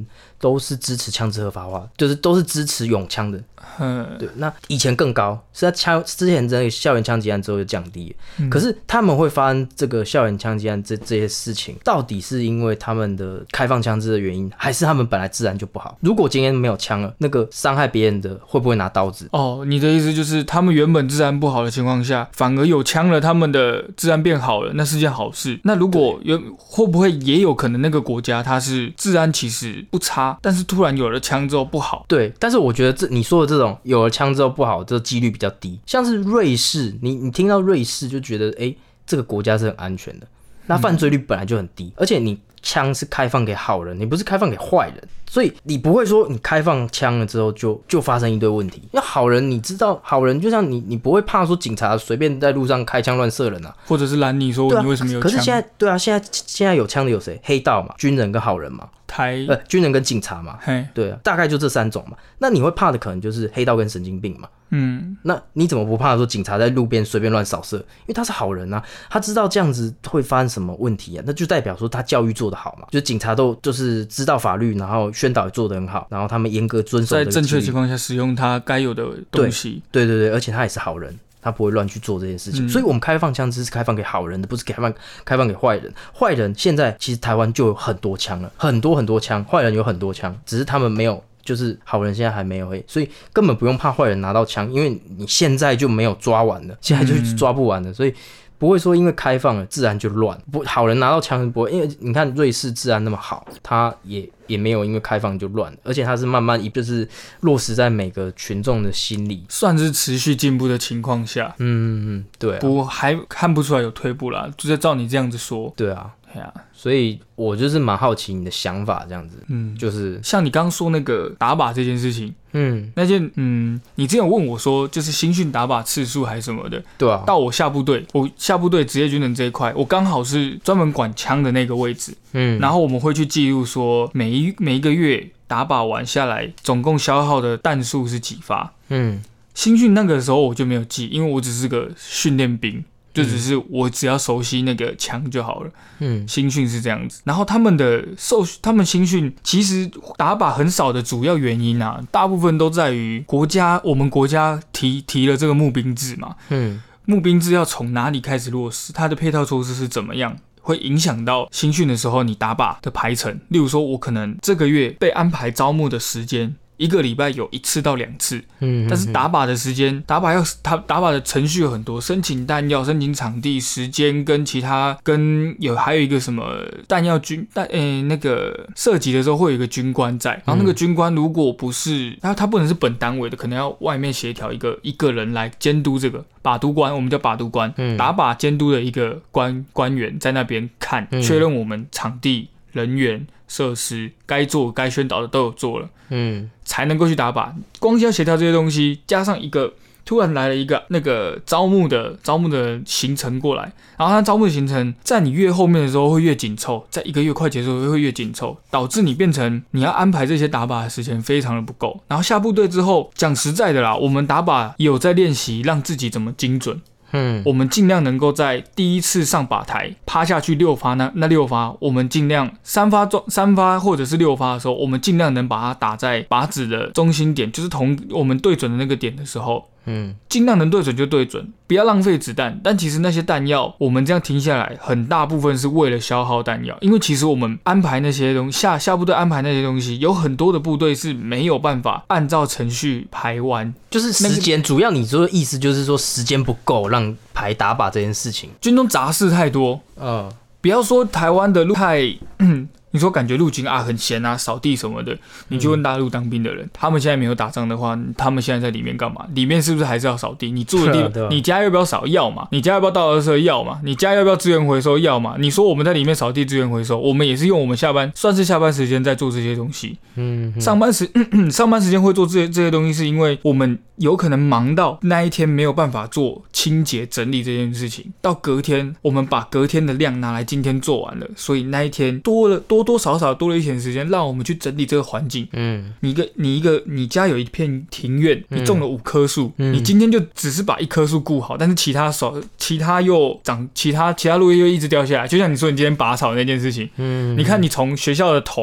都是支持枪支合法化，就是都是支持拥枪的。 嗯， 对，那以前更高，是在枪之前这个校园枪击案之后就降低了、嗯。可是他们会发生这个校园枪击案这这些事情，到底是因为他们的开放枪支的原因，还是他们本来治安就不好？如果今天没有枪了，那个伤害别人的会不会拿刀子？ 哦，你的意思就是他们原本治安不好的情况下，反而有枪了，他们的治安变好了，那是件好事。那如果原会不会也有可能那个国家它是治安其实不差，但是突然有了枪之后不好？ 对，但是我觉得这你说的这种有了枪之后不好，这几率比较低。像是瑞士，你你听到瑞士就觉得，哎，这个国家是很安全的，那犯罪率本来就很低，嗯、而且你枪是开放给好人，你不是开放给坏人，所以你不会说你开放枪了之后就就发生一堆问题。因为好人，你知道，好人就像你，你不会怕说警察随便在路上开枪乱射人啊， 或者是拦你说你为什么有枪？ 可是现在，对啊，现在现在有枪的有谁？黑道嘛，军人跟好人嘛。 台呃，军人跟警察嘛，对啊，大概就这三种嘛。那你会怕的可能就是黑道跟神经病嘛。嗯，那你怎么不怕说警察在路边随便乱扫射？因为他是好人啊，他知道这样子会发生什么问题啊，那就代表说他教育做得好嘛。就是警察都就是知道法律，然后宣导也做得很好，然后他们严格遵守， 在正确情况下使用他该有的东西。 对对对对，而且他也是好人。他不会乱去做这件事情、嗯，所以我们开放枪支是开放给好人的，不是开放开放给坏人。坏人现在其实台湾就有很多枪了，很多很多枪，坏人有很多枪，只是他们没有，就是好人现在还没有而已，所以根本不用怕坏人拿到枪，因为你现在就没有抓完了，现在就抓不完了，所以不会说因为开放了治安就乱，不好人拿到枪不会，因为你看瑞士治安那么好，他也也没有因为开放就乱，而且它是慢慢一就是落实在每个群众的心里， 算是持续进步的情况下， 嗯嗯对、啊， 不还看不出来有退步啦，就照你这样子说， 对啊，对啊，所以我就是蛮好奇你的想法这样子，嗯，就是像你刚刚说那个打靶这件事情，嗯，那件嗯，你之前有问我说就是新训打靶次数还是什么的， 对啊， 到我下部队，我下部队职业军人这一块，我刚好是专门管枪的那个位置，嗯，然后我们会去记录说每一每一个月打靶完下来，总共消耗的弹数是几发，嗯，新训那个时候我就没有记，因为我只是个训练兵。就只是我只要熟悉那个枪就好了。嗯，新训是这样子。然后他们的受，他们新训其实打靶很少的主要原因啊，大部分都在于国家，我们国家提提了这个募兵制嘛。嗯，募兵制要从哪里开始落实？它的配套措施是怎么样？会影响到新训的时候你打靶的排程。例如说，我可能这个月被安排招募的时间。一个礼拜有一次到两次，嗯，但是打靶的时间，打靶要打打靶的程序有很多，申请弹药、申请场地、时间跟其他跟有还有一个什么弹药军弹诶、欸、那个射击的时候会有一个军官在，然后那个军官如果不是他他不能是本单位的，可能要外面协调一个一个人来监督这个靶督官，我们叫靶督官，嗯，打靶监督的一个官官员在那边看，确认我们场地。人员、设施该做、该宣导的都有做了，嗯，才能够去打靶。光是要协调这些东西，加上一个突然来了一个那个招募的招募的行程过来，然后他招募的行程在你越后面的时候会越紧凑，在一个月快结束会越紧凑，导致你变成你要安排这些打靶的时间非常的不够。然后下部队之后，讲实在的啦，我们打靶也有在练习让自己怎么精准。嗯，我们尽量能够在第一次上靶台趴下去六发，那那六发，我们尽量三发中三发或者是六发的时候，我们尽量能把它打在靶子的中心点，就是同我们对准的那个点的时候，嗯，尽量能对准就对准，不要浪费子弹。但其实那些弹药，我们这样停下来，很大部分是为了消耗弹药，因为其实我们安排那些东西，下下部队安排那些东西，有很多的部队是没有办法按照程序排完， 就是时间、那個、主要你说的意思就是说时间不够让排打靶这件事情， 军中杂事太多，嗯，不要说台湾的路太，嗯，你说感觉陆军啊很闲啊，扫地什么的，你去问大陆当兵的人、嗯，他们现在没有打仗的话，他们现在在里面干嘛？里面是不是还是要扫地？你住的地方，你家要不要扫？要嘛？你家要不要倒垃圾？要嘛？你家要不要资源回收？要嘛？你说我们在里面扫地资源回收，我们也是用我们下班算是下班时间在做这些东西。嗯，上班时上班时间会做这些这些东西，是因为我们有可能忙到那一天没有办法做清洁整理这件事情，到隔天我们把隔天的量拿来今天做完了，所以那一天多了多多少少多了一点时间，让我们去整理这个环境。嗯，你一个你一个你家有一片庭院，你种了五棵树、嗯，你今天就只是把一棵树顾好，但是其他少其他又长其他其他落叶又一直掉下来，就像你说你今天拔草那件事情。嗯，你看你从学校的头。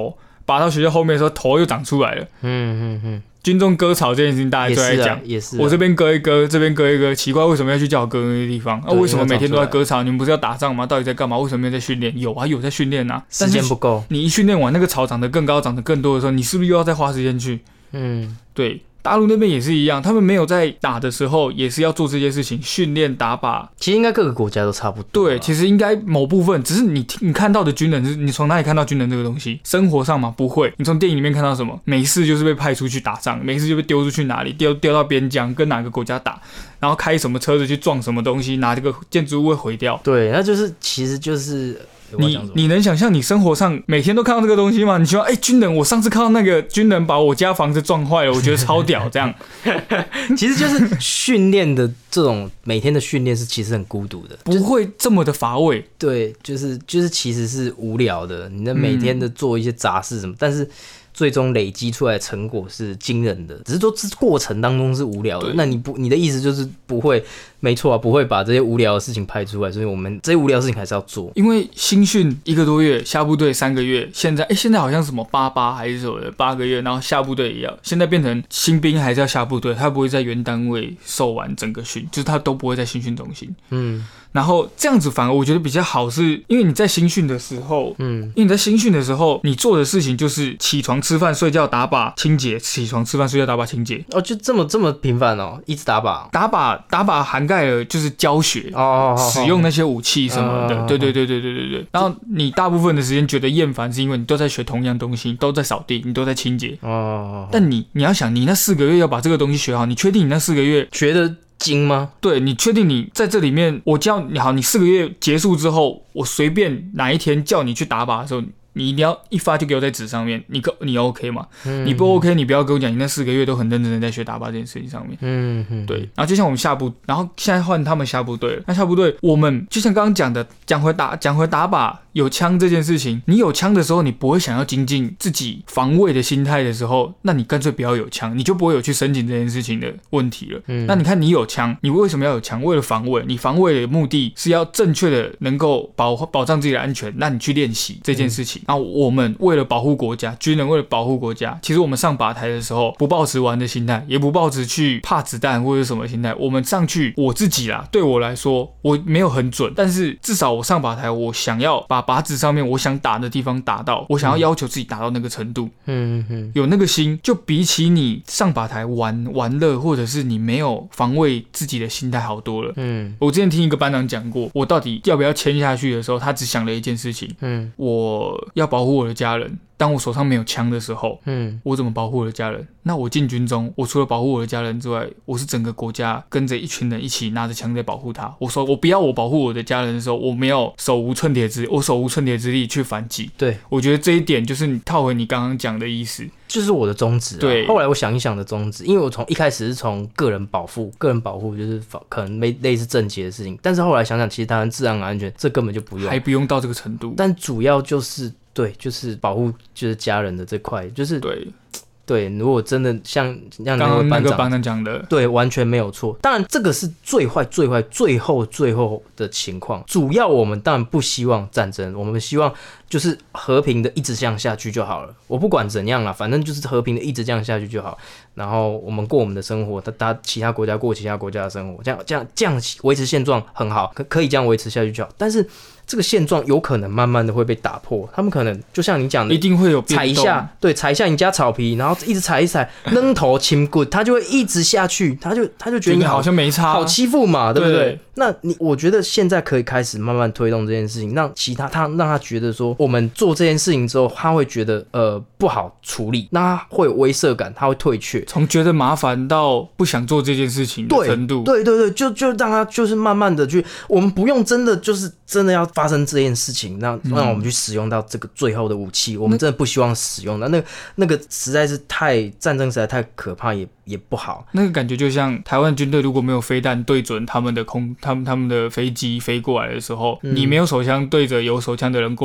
拔到学校后面的时候，头又长出来了。 嗯嗯嗯。 军中割草这件事情，大家最爱讲， 也是、啊。 我这边割一割，这边割一割，奇怪，为什么要去叫我割那些地方？啊，为什么每天都在割草？你们不是要打仗吗？到底在干嘛？为什么没有在训练？有啊，有在训练啊， 时间不够。 你一训练完，那个草长得更高，长得更多的时候，你是不是又要再花时间去？ 嗯， 对。大陆那边也是一样，他们没有在打的时候，也是要做这些事情，训练打靶。 其实应该各个国家都差不多。 对，其实应该某部分，只是你你看到的军人是，你从哪里看到军人这个东西？生活上嘛，不会。你从电影里面看到什么？没事就是被派出去打仗，没事就被丢出去哪里，丢丢到边疆，跟哪个国家打，然后开什么车子去撞什么东西，拿这个建筑物会毁掉。 对，那就是其实就是。 你你能想象你生活上每天都看到这个东西吗？你说，哎、欸，军人，我上次看到那个军人把我家房子撞坏了，我觉得超屌，这样。 其实就是训练的这种每天的训练是其实很孤独的， 不会这么的乏味。 对，就是就是其实是无聊的，你的每天的做一些杂事什么，嗯、但是。最终累积出来的成果是惊人的，只是说这过程当中是无聊的。那你不，你的意思就是不会，没错啊，不会把这些无聊的事情拍出来，所以我们这些无聊的事情还是要做。 因为新训一个多月，下部队三个月，现在哎、欸，现在好像什么八八还是什么的八个月，然后下部队也要，现在变成新兵还是要下部队，他不会在原单位受完整个训，就是他都不会在新训中心。嗯。然后这样子反而我觉得比较好，是因为你在新训的时候，嗯，因为你在新训的时候，你做的事情就是起床、吃饭、睡觉、打靶、清洁，起床、吃饭、睡觉、打靶、清洁。 哦，就这么这么频繁哦，一直打靶， 打靶打靶涵盖了就是教学，哦，使用那些武器什么的，对对对对对对对。然后你大部分的时间觉得厌烦，是因为你都在学同样东西，都在扫地，你都在清洁。哦。但你你要想，你那四个月要把这个东西学好，你确定你那四个月学的？精吗？ 对，你确定你在这里面，我叫你好，你四个月结束之后，我随便哪一天叫你去打靶的时候，你一定要一发就给我在纸上面，你你 OK 吗？嗯、你不 OK， 你不要跟我讲，你那四个月都很认真的在学打靶这件事情上面。嗯嗯，对。然后就像我们下部，然后现在换他们下部队了。那下部队，我们就像刚刚讲的，讲回打讲回打靶有枪这件事情，你有枪的时候，你不会想要精进自己防卫的心态的时候，那你干脆不要有枪，你就不会有去申请这件事情的问题了。嗯、那你看你有枪，你为什么要有枪？为了防卫，你防卫的目的是要正确的能够保保障自己的安全，那你去练习这件事情。嗯然后我们为了保护国家，军人为了保护国家，其实我们上靶台的时候，不抱持玩的心态，也不抱持去怕子弹或者什么心态。我们上去，我自己啦，对我来说，我没有很准，但是至少我上靶台，我想要把靶子上面我想打的地方打到，我想要要求自己达到那个程度，嗯嗯，有那个心，就比起你上靶台玩玩乐，或者是你没有防卫自己的心态好多了。嗯，我之前听一个班长讲过，我到底要不要签下去的时候，他只想了一件事情，嗯，我。要保护我的家人，当我手上没有枪的时候，嗯，我怎么保护我的家人？那我进军中，我除了保护我的家人之外，我是整个国家跟着一群人一起拿着枪在保护他。我说我不要我保护我的家人的时候，我没有手无寸铁之，我手无寸铁之力去反击。对，我觉得这一点就是你套回你刚刚讲的意思。 就是我的宗旨、啊。对，后来我想一想的宗旨，因为我从一开始是从个人保护，个人保护就是可能类似政界的事情，但是后来想想，其实台湾治安安全这根本就不用， 还不用到这个程度。 但主要就是对，就是保护就是家人的这块，就是对。 对，如果真的像像刚刚那个班长讲的， 对，完全没有错。当然，这个是最坏、最坏、最后、最后的情况。主要我们当然不希望战争，我们希望就是和平的一直这样下去就好了。我不管怎样啦，反正就是和平的一直这样下去就好。然后我们过我们的生活，他他其他国家过其他国家的生活，这样这样这样维持现状很好，可可以这样维持下去就好。但是这个现状有可能慢慢的会被打破，他们可能就像你讲的， 一定会有变动， 踩一下，对，踩一下你家草皮，然后一直踩一踩，扔头轻棍，他就会一直下去，他就他就觉得你 好, 好像没差， 好欺负嘛，对不对？对，那你我觉得现在可以开始慢慢推动这件事情，让其他他让他觉得说，我们做这件事情之后，他会觉得呃不好处理，那他会有威慑感，他会退却， 从觉得麻烦到不想做这件事情的程度， 对对对对，就就让他就是慢慢的去，我们不用真的就是真的要发生这件事情，让让我们去使用到这个最后的武器，嗯、我们真的不希望使用的，那那个实在是太战争实在太可怕，也也不好。 那个感觉就像台湾军队如果没有飞弹对准他们的空，他们他们的飞机飞过来的时候，嗯、你没有手枪对着有手枪的人过来的时候。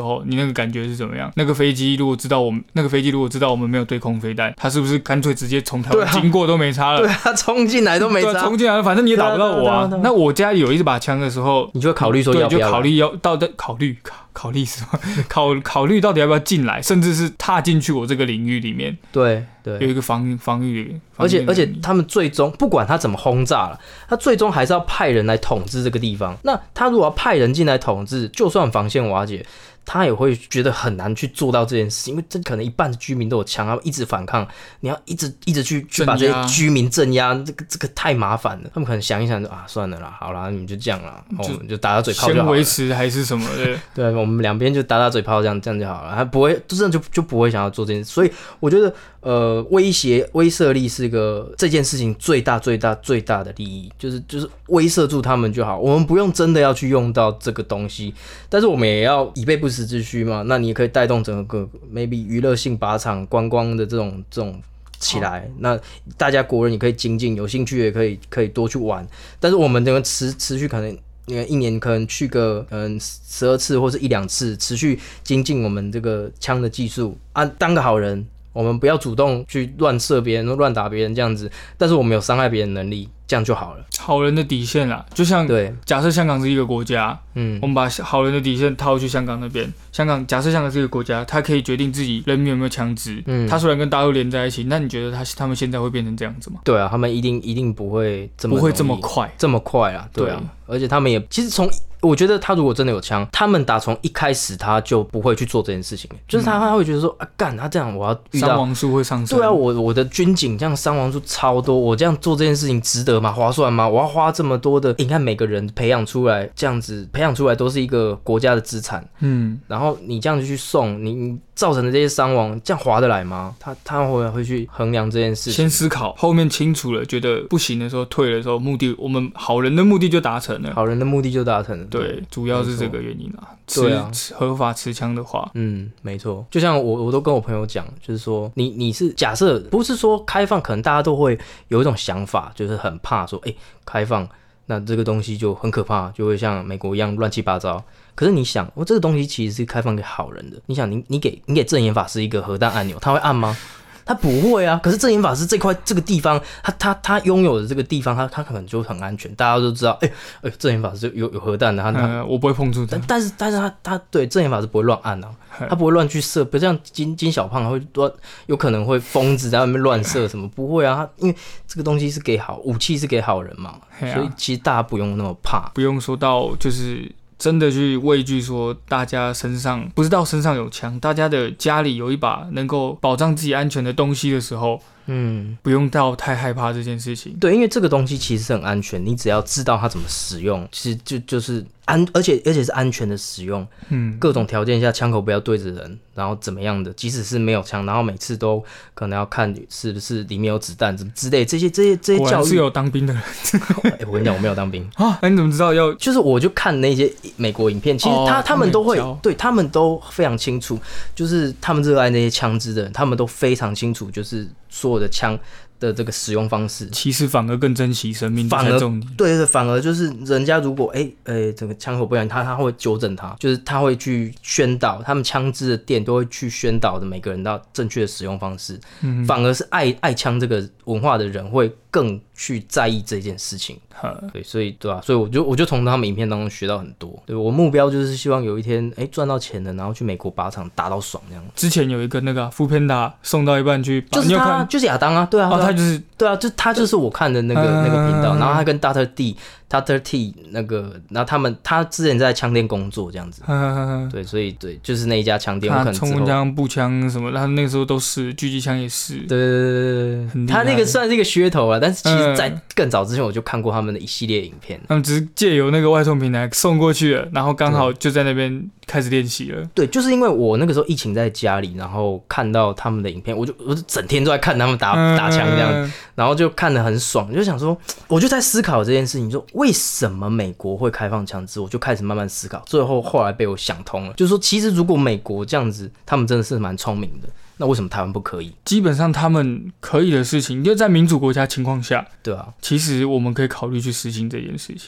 候，你那个感觉是怎么样？那个飞机如果知道我们那个飞机如果知道我们没有对空飞弹，他是不是干脆直接从台湾经过都没差了？ 对啊，冲进来都没差， 对啊，冲进来反正你也打不到我啊。那我家里有一把枪的时候， 你就会考虑说要不要， 对，就考虑要到底考虑考考虑什么？考考虑到底要不要进来，甚至是踏进去我这个领域里面。 对对， 有一个防防御， 而且而且他们最终不管他怎么轰炸了，他最终还是要派人来统治这个地方。那他如果要派人进来统治，就算防线瓦解，他也会觉得很难去做到这件事，因为这可能一半的居民都有枪，要一直反抗，你要一直一直去去把这些居民镇压，这个这个太麻烦了。他们可能想一想就啊，算了啦，好啦，你们就这样啦，我们就打打嘴炮就好了。 先维持还是什么的？ 对，我们两边就打打嘴炮，这样这样就好了，他不会真的就就不会想要做这件事。所以我觉得，呃，威胁威慑力是个这件事情最大最大最大的利益，就是就是威慑住他们就好，我们不用真的要去用到这个东西，但是我们也要以备不时之需嘛。那你也可以带动整个 maybe 娱乐性靶场观光的这种这种起来，哦、那大家国人也可以精进，有兴趣也可以可以多去玩。但是我们这个持持续可能。因为一年可能去个嗯十二次或是一两次，持续精进我们这个枪的技术啊，当个好人，我们不要主动去乱射别人、乱打别人这样子，但是我们有伤害别人的能力，这样就好了。 好人的底线啦，就像对， 假设香港是一个国家，嗯，我们把好人的底线套去香港那边。香港假设香港是一个国家，它可以决定自己人民有没有枪支。嗯，它虽然跟大陆连在一起，那你觉得他他们现在会变成这样子吗？ 对啊，他们一定一定不会这么不会这么快， 这么快啊！对啊，对而且他们也其实从。我觉得他如果真的有枪，他们打从一开始他就不会去做这件事情，就是他他会觉得说啊，干他这样我要遇到伤亡数会上升。 对啊，我我的军警这样伤亡数超多，我这样做这件事情值得吗？划算吗？我要花这么多的，你看每个人培养出来这样子培养出来都是一个国家的资产，嗯，然后你这样子去送你。你造成的这些伤亡，这样划得来吗？他他会会去衡量这件事情， 先思考，后面清楚了，觉得不行的时候退的时候，目的我们好人的目的就达成了， 好人的目的就达成了。 对，主要是这个原因啦。 对啊， 合法持枪的话， 嗯，没错。就像我我都跟我朋友讲，就是说，你你是假设不是说开放，可能大家都会有一种想法，就是很怕说，哎、欸，开放。那这个东西就很可怕，就会像美国一样乱七八糟。可是你想，我这个东西其实是开放给好人的。你想你，你你给你给证严法师一个核弹按钮，他会按吗？他不会啊。可是证严法师这块这个地方，他他他拥有的这个地方，他他可能就很安全。大家都知道，哎、欸、哎，证严法师有有核弹的，他、 呃、我不会碰触他。 但但是但是他他对证严法师不会乱按啊，他不会乱去射，不像金金小胖会乱，有可能会疯子在外面乱射什么，不会啊。因为这个东西是给好武器，是给好人嘛，啊、所以其实大家不用那么怕， 不用说到就是。真的去畏惧说大家身上不是到身上有枪，大家的家里有一把能够保障自己安全的东西的时候，嗯，不用到太害怕这件事情。 对，因为这个东西其实是很安全，你只要知道它怎么使用，其实就就是安，而且而且是安全的使用。嗯，各种条件下枪口不要对着人，然后怎么样的，即使是没有枪，然后每次都可能要看是不是里面有子弹，怎么之类这些这些这些教育。 果然是有当兵的人。 欸、我跟你讲，我没有当兵啊，那你怎么知道要？ 就是我就看那些美国影片，其实他、哦、他们都会，对他们都非常清楚，就是他们热爱那些枪支的人，他们都非常清楚，就是所有的枪的这个使用方式。 其实反而更珍惜生命，反而重点。 对对，反而就是人家如果哎哎、欸欸、整个枪口不良，他他会纠正他，就是他会去宣导，他们枪支的店都会去宣导的每个人到正确的使用方式。嗯，反而是爱爱枪这个文化的人会更去在意这件事情。对，所以对吧、啊？所以我就我就从他们影片当中学到很多。对，我目标就是希望有一天，哎，赚到钱了，然后去美国靶场打到爽这样。 之前有一个那个富片达送到一半去， 就是他，就是亚当啊，对啊， 哦，他就是对啊，就他就是我看的那个、嗯、那个频道，然后他跟 Doctor D。Doctor T 那个，然后他们他之前在枪店工作这样子，嗯、对，所以对，就是那一家枪店，我可能冲锋枪、步枪什么，他那个时候都是狙击枪也是， 对对对对对，他那个算是一个噱头啊，但是其实在更早之前我就看过他们的一系列影片， 他们只是借由那个外送平台送过去了，然后刚好就在那边开始练习了。 对，就是因为我那个时候疫情在家里，然后看到他们的影片，我就我就整天都在看他们打、嗯、打枪这样，然后就看得很爽，就想说，我就在思考这件事情，说为什么美国会开放枪支，我就开始慢慢思考，最后后来被我想通了，就是说，其实如果美国这样子，他们真的是蛮聪明的，那为什么台湾不可以？ 基本上他们可以的事情，就在民主国家情况下， 对啊， 其实我们可以考虑去实行这件事情。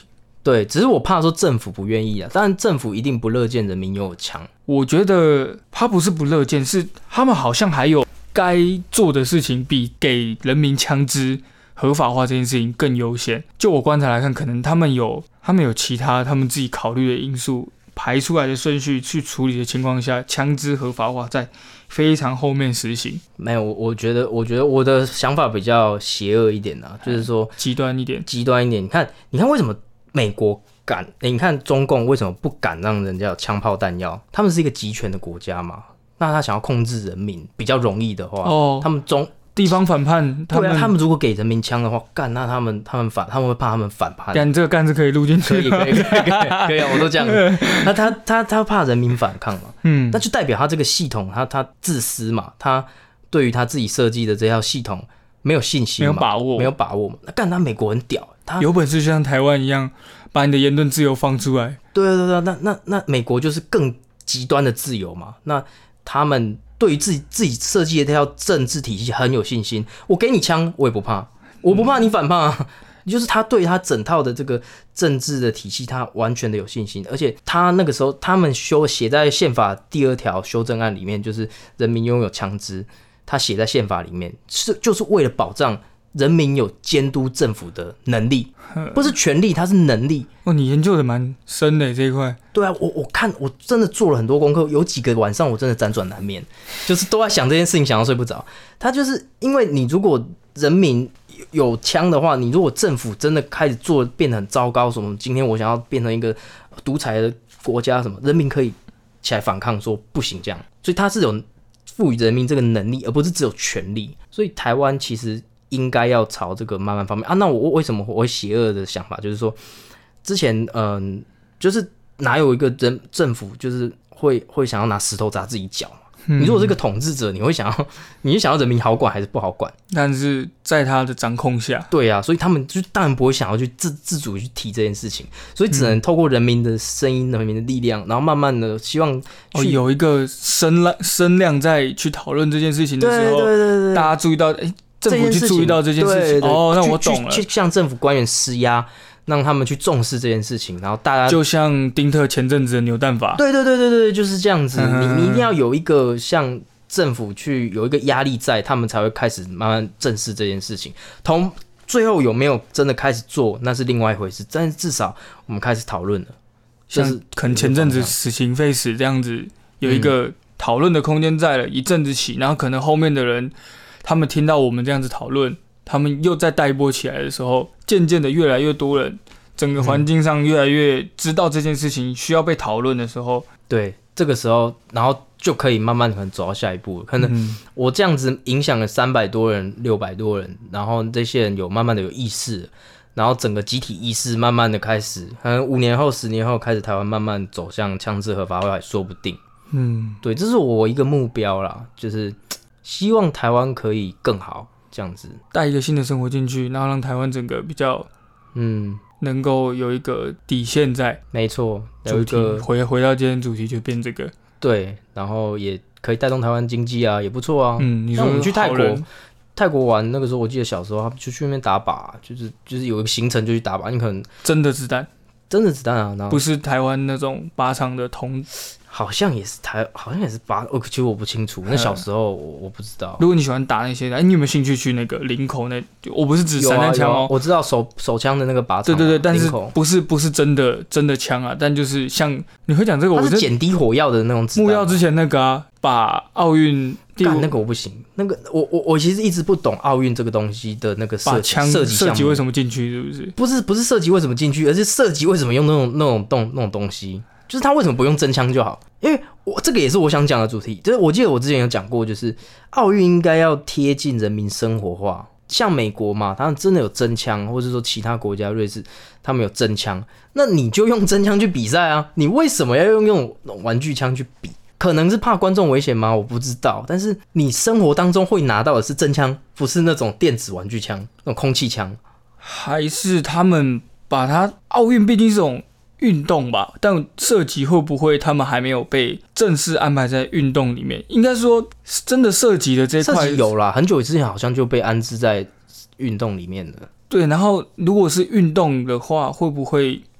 对，只是我怕说政府不愿意啊，当然政府一定不乐见人民拥有枪。 我觉得他不是不乐见，是他们好像还有该做的事情比给人民枪支合法化这件事情更优先。就我观察来看，可能他们有他们有其他他们自己考虑的因素排出来的顺序去处理的情况下，枪支合法化在非常后面实行。 没有，我我觉得我觉得我的想法比较邪恶一点啊，就是说极端一点， 极端一点。你看，你看为什么美国敢？欸、你看中共为什么不敢让人家有枪炮弹药？他们是一个集权的国家嘛，那他想要控制人民比较容易的话，哦，他们中地方反叛，他们、 对啊、他们如果给人民枪的话，干那他们他们反他们会怕他们反叛。 干这个干是可以录进去， 可以可以可以可以可以啊，我都这样。那他他他怕人民反抗嘛，嗯，那就代表他这个系统他他自私嘛，他对于他自己设计的这套系统没有信心嘛， 没有把握， 没有把握嘛。那干他美国很屌，他有本事就像台湾一样，把你的言论自由放出来。 对对对，那那那美国就是更极端的自由嘛，那他们对于自己自己设计的这套政治体系很有信心，我给你枪我也不怕，我不怕你反叛啊。就是他对他整套的这个政治的体系，他完全的有信心，而且他那个时候他们修写在宪法第二条修正案里面，就是人民拥有枪支，他写在宪法里面是就是为了保障人民有监督政府的能力，不是权力，它是能力。 哦，你研究的蛮深的这一块。 对啊，我我看我真的做了很多功课，有几个晚上我真的辗转难眠，就是都在想这件事情，想到睡不着。他就是因为你如果人民有枪的话，你如果政府真的开始做变得很糟糕，什么今天我想要变成一个独裁的国家，什么人民可以起来反抗，说不行这样，所以他是有赋予人民这个能力，而不是只有权力。所以台湾其实应该要朝这个慢慢方面啊。那我为什么我会邪恶的想法，就是说之前嗯、呃，就是哪有一个人政府就是会会想要拿石头砸自己脚嘛？你如果是个统治者，你会想要，你会想要人民好管还是不好管？ 但是在他的掌控下， 对啊，所以他们就当然不会想要去自自主去提这件事情，所以只能透过人民的声音、人民的力量，然后慢慢的希望哦有一个声量声量在去讨论这件事情的时候， 对对对对， 大家注意到，哎，政府去注意到这件事情，对对对哦，那我懂了， 去去向政府官员施压。让他们去重视这件事情，然后大家就像丁特前阵子的扭蛋法， 对对对对对，就是这样子。嗯、你你一定要有一个像政府去有一个压力在，他们才会开始慢慢正视这件事情。同最后有没有真的开始做，那是另外一回事。但是至少我们开始讨论了， 就是可能前阵子死刑废死这样子有一个讨论的空间在了一阵子起，然后可能后面的人他们听到我们这样子讨论。他们又在带波起来的时候，渐渐的越来越多人，整个环境上越来越知道这件事情需要被讨论的时候， 对，这个时候，然后就可以慢慢可能走到下一步了。可能我这样子影响了三百多人、六百多人，然后这些人有慢慢的有意识，然后整个集体意识慢慢的开始，可能五年后、十年后开始台湾慢慢走向枪支合法化，说不定。嗯，对，这是我一个目标啦，就是希望台湾可以更好。这样子带一个新的生活进去，然后让台湾整个比较，嗯，能够有一个底线在。 没错，有一个回回到今天主题就变这个。 对，然后也可以带动台湾经济啊，也不错啊。 嗯，你说我们去泰国，泰国玩那个时候，我记得小时候就去那边打靶，就是就是有一个行程就去打靶，你可能真的子弹， 真的子弹啊，然后不是台湾那种靶场的铜。 好像也是台，好像也是八，哦，其实我不清楚。那小时候我我不知道。 如果你喜欢打那些，哎，你有没有兴趣去那个林口那？我不是指散弹枪哦、 啊啊，我知道手手枪的那个靶场。 对对对，但是不是不是真的真的枪啊？但就是像你会讲这个，我是减低火药的那种子弹。 木曜之前那个啊，把奥运干那个我不行，那个我我我其实一直不懂奥运这个东西的那个设计设计设计为什么进去，是不是？ 不是不是设计为什么进去，而是设计为什么用那种那种动那种东西。就是他为什么不用真枪就好？因为我这个也是我想讲的主题。就是我记得我之前有讲过，就是奥运应该要贴近人民生活化。像美国嘛，他们真的有真枪，或者说其他国家，瑞士他们有真枪，那你就用真枪去比赛啊！你为什么要用用玩具枪去比？可能是怕观众危险吗？我不知道。但是你生活当中会拿到的是真枪，不是那种电子玩具枪、那种空气枪， 还是他们把它奥运毕竟是种运动吧，但射击会不会他们还没有被正式安排在运动里面？应该说真的射击的这一块射击有啦，很久之前好像就被安置在运动里面了。 对，然后如果是运动的话，会不会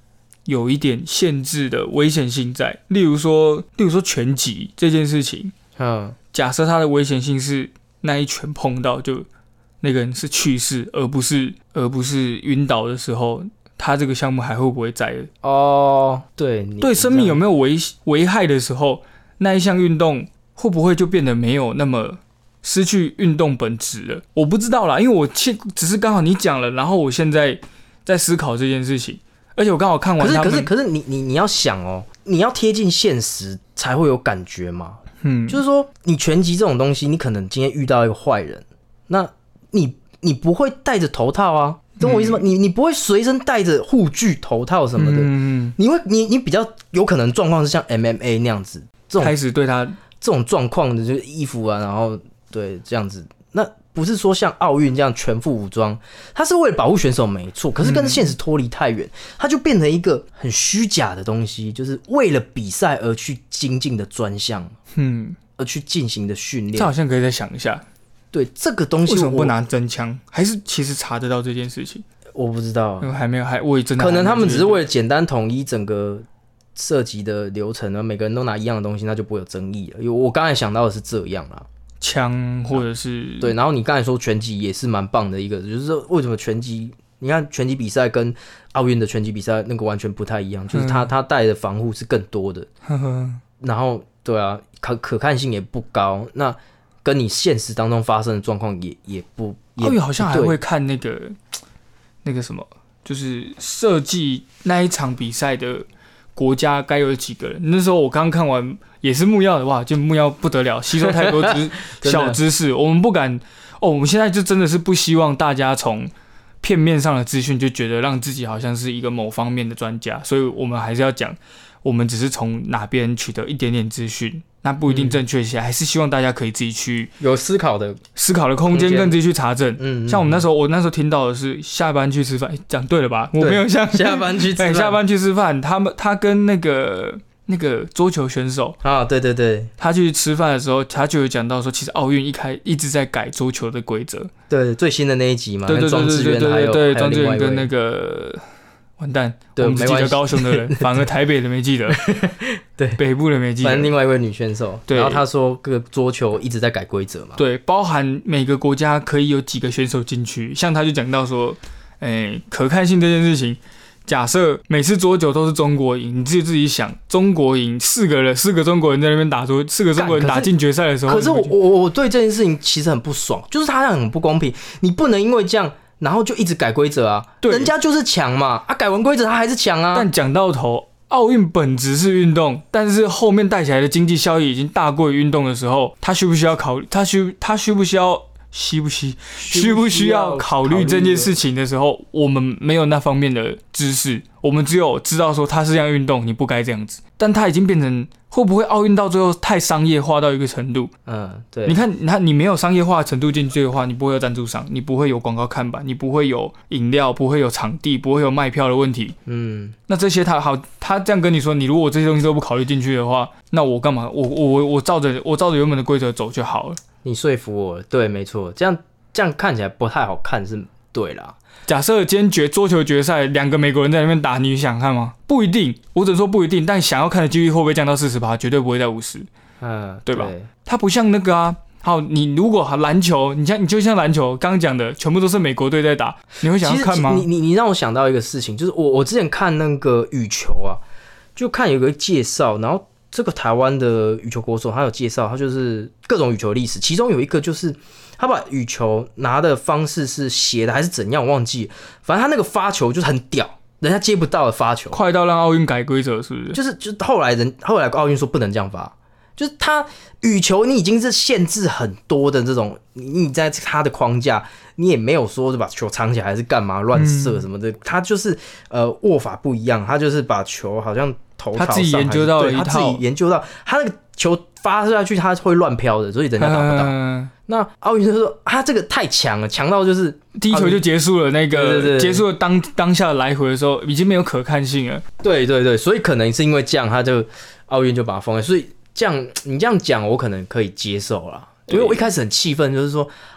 有一点限制的危险性在。例如说，例如说拳击这件事情， 嗯， 假设它的危险性是那一拳碰到就那个人是去世，而不是而不是晕倒的时候，他这个项目还会不会在？ 哦，对， 对生命有没有危危害的时候，那一项运动会不会就变得没有那么失去运动本质了？我不知道啦，因为我只是刚好你讲了，然后我现在在思考这件事情，而且我刚好看完他们。 可是可是可是你你你要想哦，你要贴近现实才会有感觉嘛。嗯，就是说你拳击这种东西，你可能今天遇到一个坏人，那你你不会戴着头套啊。懂我意思吗？嗯、你你不会随身带着护具、头套什么的，嗯、你会你你比较有可能状况是像 M M A 那样子，这种开始对他这种状况的，就是衣服啊，然后对这样子，那不是说像奥运这样全副武装，它是为了保护选手没错，可是跟现实脱离太远，它就变成一个很虚假的东西，就是为了比赛而去精进的专项，嗯，而去进行的训练。 这好像可以再想一下。 对这个东西， 为什么不拿真枪？还是其实查得到这件事情？ 我不知道， 还没有，还我也真的可能他们只是为了简单统一整个涉及的流程呢，每个人都拿一样的东西，那就不会有争议了。因为我刚才想到的是这样啦， 枪或者是、 啊、对，然后你刚才说拳击也是蛮棒的一个，就是说为什么拳击？你看拳击比赛跟奥运的拳击比赛那个完全不太一样，就是他他带的防护是更多的，然后对啊，可可看性也不高，那。跟你现实当中发生的状况也也不， 奥运好像还会看那个那个什么，就是设计那一场比赛的国家该有几个人。那时候我刚看完也是木曜的，哇，就木曜不得了，吸收太多知小知识，我们不敢哦。我们现在就真的是不希望大家从片面上的资讯就觉得让自己好像是一个某方面的专家，所以我们还是要讲，我们只是从哪边取得一点点资讯。那不一定正确些、嗯，还是希望大家可以自己去有思考的思考的空间，跟自己去查证。嗯，嗯像我们那时候，我那时候听到的是下班去吃饭，讲对了吧？我没有像下班去吃饭， 下班去吃饭。他们他跟那个那个桌球选手啊，对对对， 他去吃饭的时候，他就有讲到说，其实奥运一开一直在改桌球的规则。 对，最新的那一集嘛， 对对对对对对对，庄智渊跟那个。完蛋， 对， 我们只记得高雄的人，反而台北的没记得， 对， 北部的没记得。 反正另外一位女选手，然后她说，各个桌球一直在改规则嘛， 对，包含每个国家可以有几个选手进去，像他就讲到说，哎、欸，可看性这件事情，假设每次桌球都是中国赢，你自己自己想，中国赢四个人，四个中国人在那边打桌，四个中国人打进决赛的时候， 可是我我我对这件事情其实很不爽，就是他很不公平，你不能因为这样。然后就一直改规则啊，人家就是强嘛，啊，改完规则他还是强啊。 但讲到头，奥运本质是运动，但是后面带起来的经济效益已经大过于运动的时候，他需不需要考虑？他需他需不需要？需不需需不需要考虑这件事情的时候，我们没有那方面的知识，我们只有知道说它是这样运动，你不该这样子。但它已经变成会不会奥运到最后太商业化到一个程度？嗯，对。你看，你看，你没有商业化程度进去的话，你不会有赞助商，你不会有广告看板，你不会有饮料，不会有场地，不会有卖票的问题。嗯，那这些他好，他这样跟你说，你如果这些东西都不考虑进去的话，那我干嘛？我我我照着我照着原本的规则走就好了。 你说服我了，对，没错，这样这样看起来不太好看，是对啦。 假设今天决桌球决赛，两个美国人在那边打，你想看吗？不一定，我只能说不一定。但想要看的几率会不会降到四十趴？绝对不会在五十，嗯，对吧？对，它不像那个啊。好，你如果篮球，你像你就像篮球刚刚讲的，全部都是美国队在打，你会想要看吗？ 你你你让我想到一个事情，就是我我之前看那个羽球啊，就看有个介绍，然后。这个台湾的羽球国手，他有介绍，他就是各种羽球历史，其中有一个就是他把羽球拿的方式是斜的还是怎样，我忘记了。反正他那个发球就是很屌，人家接不到的发球， 快到让奥运改规则，是不是？ 就是就是后来人后来奥运说不能这样发，就是他羽球你已经是限制很多的这种，你在他的框架，你也没有说是把球藏起来还是干嘛乱射什么的，他、嗯、就是呃握法不一样，他就是把球好像。 他自己研究到了一套， 他自己研究到，他那个球发下去，他会乱飘的，所以人家打不到。嗯、那奥运就说啊，这个太强了，强到就是第一球就结束了，那个对对对结束了当当下来回的时候，已经没有可看性了。 对对对，所以可能是因为这样，他就奥运就把它封了。所以这样你这样讲，我可能可以接受啦。因为我一开始很气愤，就是说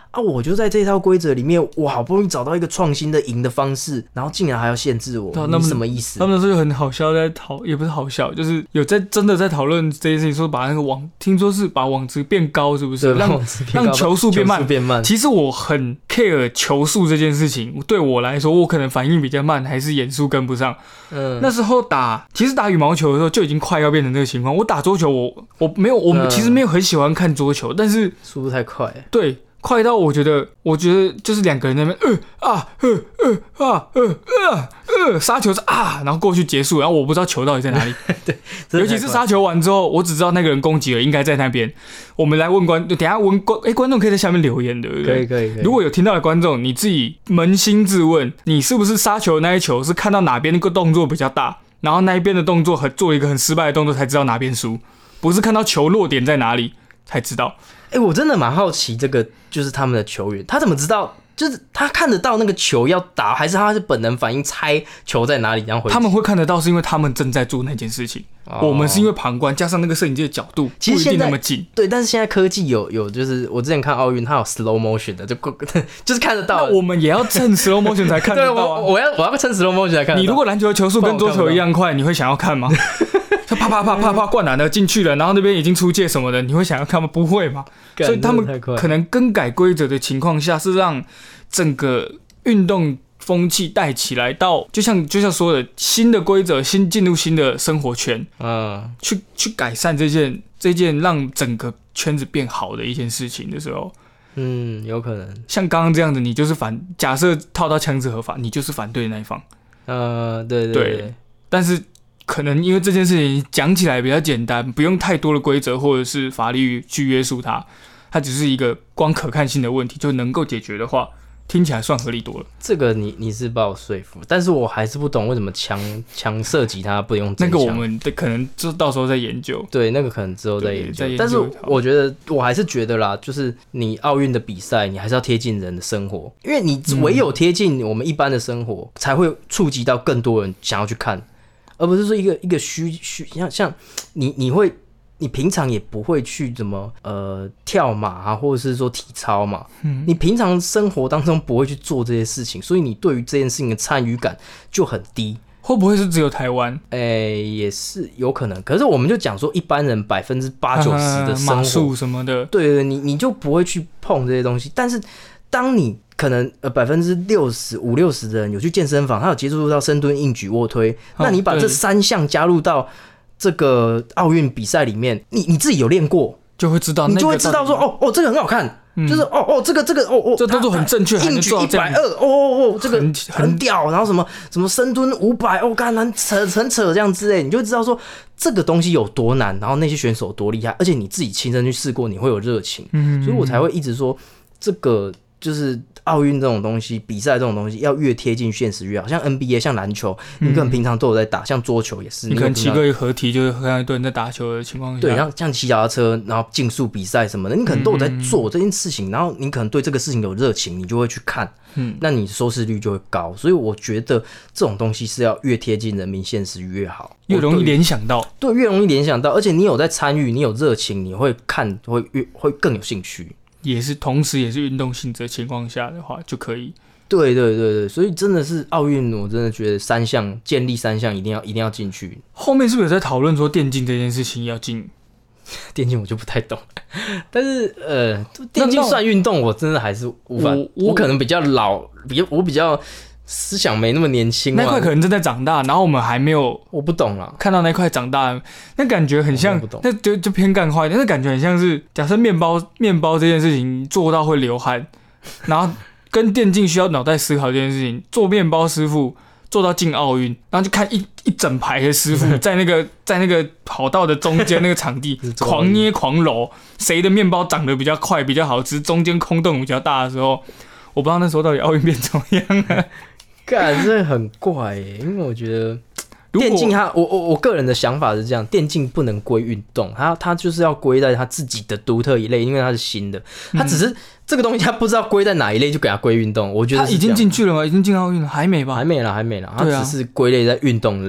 啊，我就在这套规则里面，我好不容易找到一个创新的赢的方式，然后竟然还要限制我，你什么意思？ 他们那时候就很好笑，在讨也不是好笑，就是有在真的在讨论这件事情，说把那个网，听说是把网值变高，是不是？让让球速变慢。 变慢。 其实我很 care 球速这件事情，对我来说，我可能反应比较慢，还是眼速跟不上。嗯，那时候打，其实打羽毛球的时候就已经快要变成这个情况。我打桌球，我我没有，我们其实没有很喜欢看桌球，但是速度太快。 对。快到我觉得，我觉得就是两个人在那边呃啊呃呃啊呃呃呃杀球是啊，然后过去结束，然后我不知道球到底在哪里。 对， 尤其是杀球完之后，我只知道那个人攻击了，应该在那边。我们来问观，等一下问观，哎，观众可以在下面留言的，对不对？ 可以可以可以。 如果有听到的观众，你自己扪心自问，你是不是杀球那一球是看到哪边那个动作比较大，然后那一边的动作很做一个很失败的动作才知道哪边输，不是看到球落点在哪里才知道。 哎、欸，我真的蛮好奇，这个就是他们的球员，他怎么知道？就是他看得到那个球要打，还是他是本能反应猜球在哪里，然后回？ 他们会看得到，是因为他们正在做那件事情。哦、我们是因为旁观，加上那个摄影机的角度， 其实不一定那么近。 对，但是现在科技有有，就是我之前看奥运，它有 slow motion 的，就就是看得到。 那我们也要趁 slow motion 才看得到、啊。 对，我我要我要趁 slow motion 才看得到。 你如果篮球的球速跟桌球一样快，你会想要看吗？就啪啪啪啪啪灌篮的进去了，然后那边已经出界什么的，你会想要看吗？不会嘛。所以他们可能更改规则的情况下，是让整个运动风气带起来到，就像就像说的，新的规则，新进入新的生活圈，嗯，去去改善这件这件让整个圈子变好的一件事情的时候， 嗯，有可能像刚刚这样子，你就是反，假设套到枪支合法，你就是反对的那一方， 呃，对对 对, 对， 但是。可能因为这件事情讲起来比较简单，不用太多的规则或者是法律去约束它，它只是一个光可看性的问题，就能够解决的话，听起来算合理多了。 这个你你是把我说服，但是我还是不懂为什么枪枪射击它不用真枪。 那个我们可能就到时候再研究。 对，那个可能之后再研究。 研究但是我觉得我还是觉得啦，就是你奥运的比赛，你还是要贴近人的生活，因为你唯有贴近我们一般的生活，嗯、才会触及到更多人想要去看。而不是说一个一个虚虚像像你你会你平常也不会去怎么呃跳马啊，或者是说体操嘛，嗯，你平常生活当中不会去做这些事情，所以你对于这件事情的参与感就很低。 会不会是只有台湾？ 哎、欸，也是有可能。可是我们就讲说，一般人百分之八九十的生活， 马术什么的， 对对，你你就不会去碰这些东西。但是当你可能呃百分之六十五六十的人有去健身房，他有接触到深蹲、硬举、卧推，那你把这三项加入到这个奥运比赛里面，你你自己有练过， 就会知道， 你就会知道说，哦哦，这个很好看，嗯、就是哦哦，这个这个哦哦， 这动作很正确， 硬举一百二，哦哦哦，这个很很屌，然后什么什么深蹲五百，哦，干很扯很扯这样之类，你就会知道说这个东西有多难，然后那些选手有多厉害，而且你自己亲身去试过，你会有热情，嗯，所以我才会一直说这个就是奥运这种东西，比赛这种东西要越贴近现实越好。像 N B A 像篮球，你可能平常都有在打，像桌球也是， 你可能骑个合体就是看到一堆人在打球的情况下， 对，像像骑脚踏车，然后竞速比赛什么的，你可能都有在做这件事情，然后你可能对这个事情有热情，你就会去看，嗯，那你收视率就会高。所以我觉得这种东西是要越贴近人民现实越好， 越容易联想到， 对，越容易联想到，而且你有在参与，你有热情，你会看，会越会更有兴趣。 也是，同时也是运动性质的情况下的话，就可以。 对对对对，所以真的是奥运，我真的觉得三项建立三项一定要一定要进去。 后面是不是有在讨论说电竞这件事情要进？ 电竞我就不太懂，但是呃，电竞算运动，我真的还是无法。我, 我, 我可能比较老，比较我比较思想没那么年轻。 那块可能正在长大，然后我们还没有， 我不懂啦。 看到那块长大，那感觉很像，那就就偏干坏的，那感觉很像是假设面包面包这件事情做到会流汗，然后跟电竞需要脑袋思考这件事情，做面包师傅做到进奥运，然后就看一一整排的师傅在那个在那个跑道的中间那个场地狂捏狂揉，谁的面包长得比较快比较好吃，中间空洞比较大的时候，我不知道那时候到底奥运变怎么样啊。 干，这很怪耶，因为我觉得电竞它，我我我个人的想法是这样，电竞不能归运动，它它就是要归在它自己的独特一类，因为它是新的，它只是、嗯、这个东西它不知道归在哪一类就给它归运动，我觉得它已经进去了吗？已经进奥运了？还没吧？ 还没啦，还没啦，它只是归类在运动类。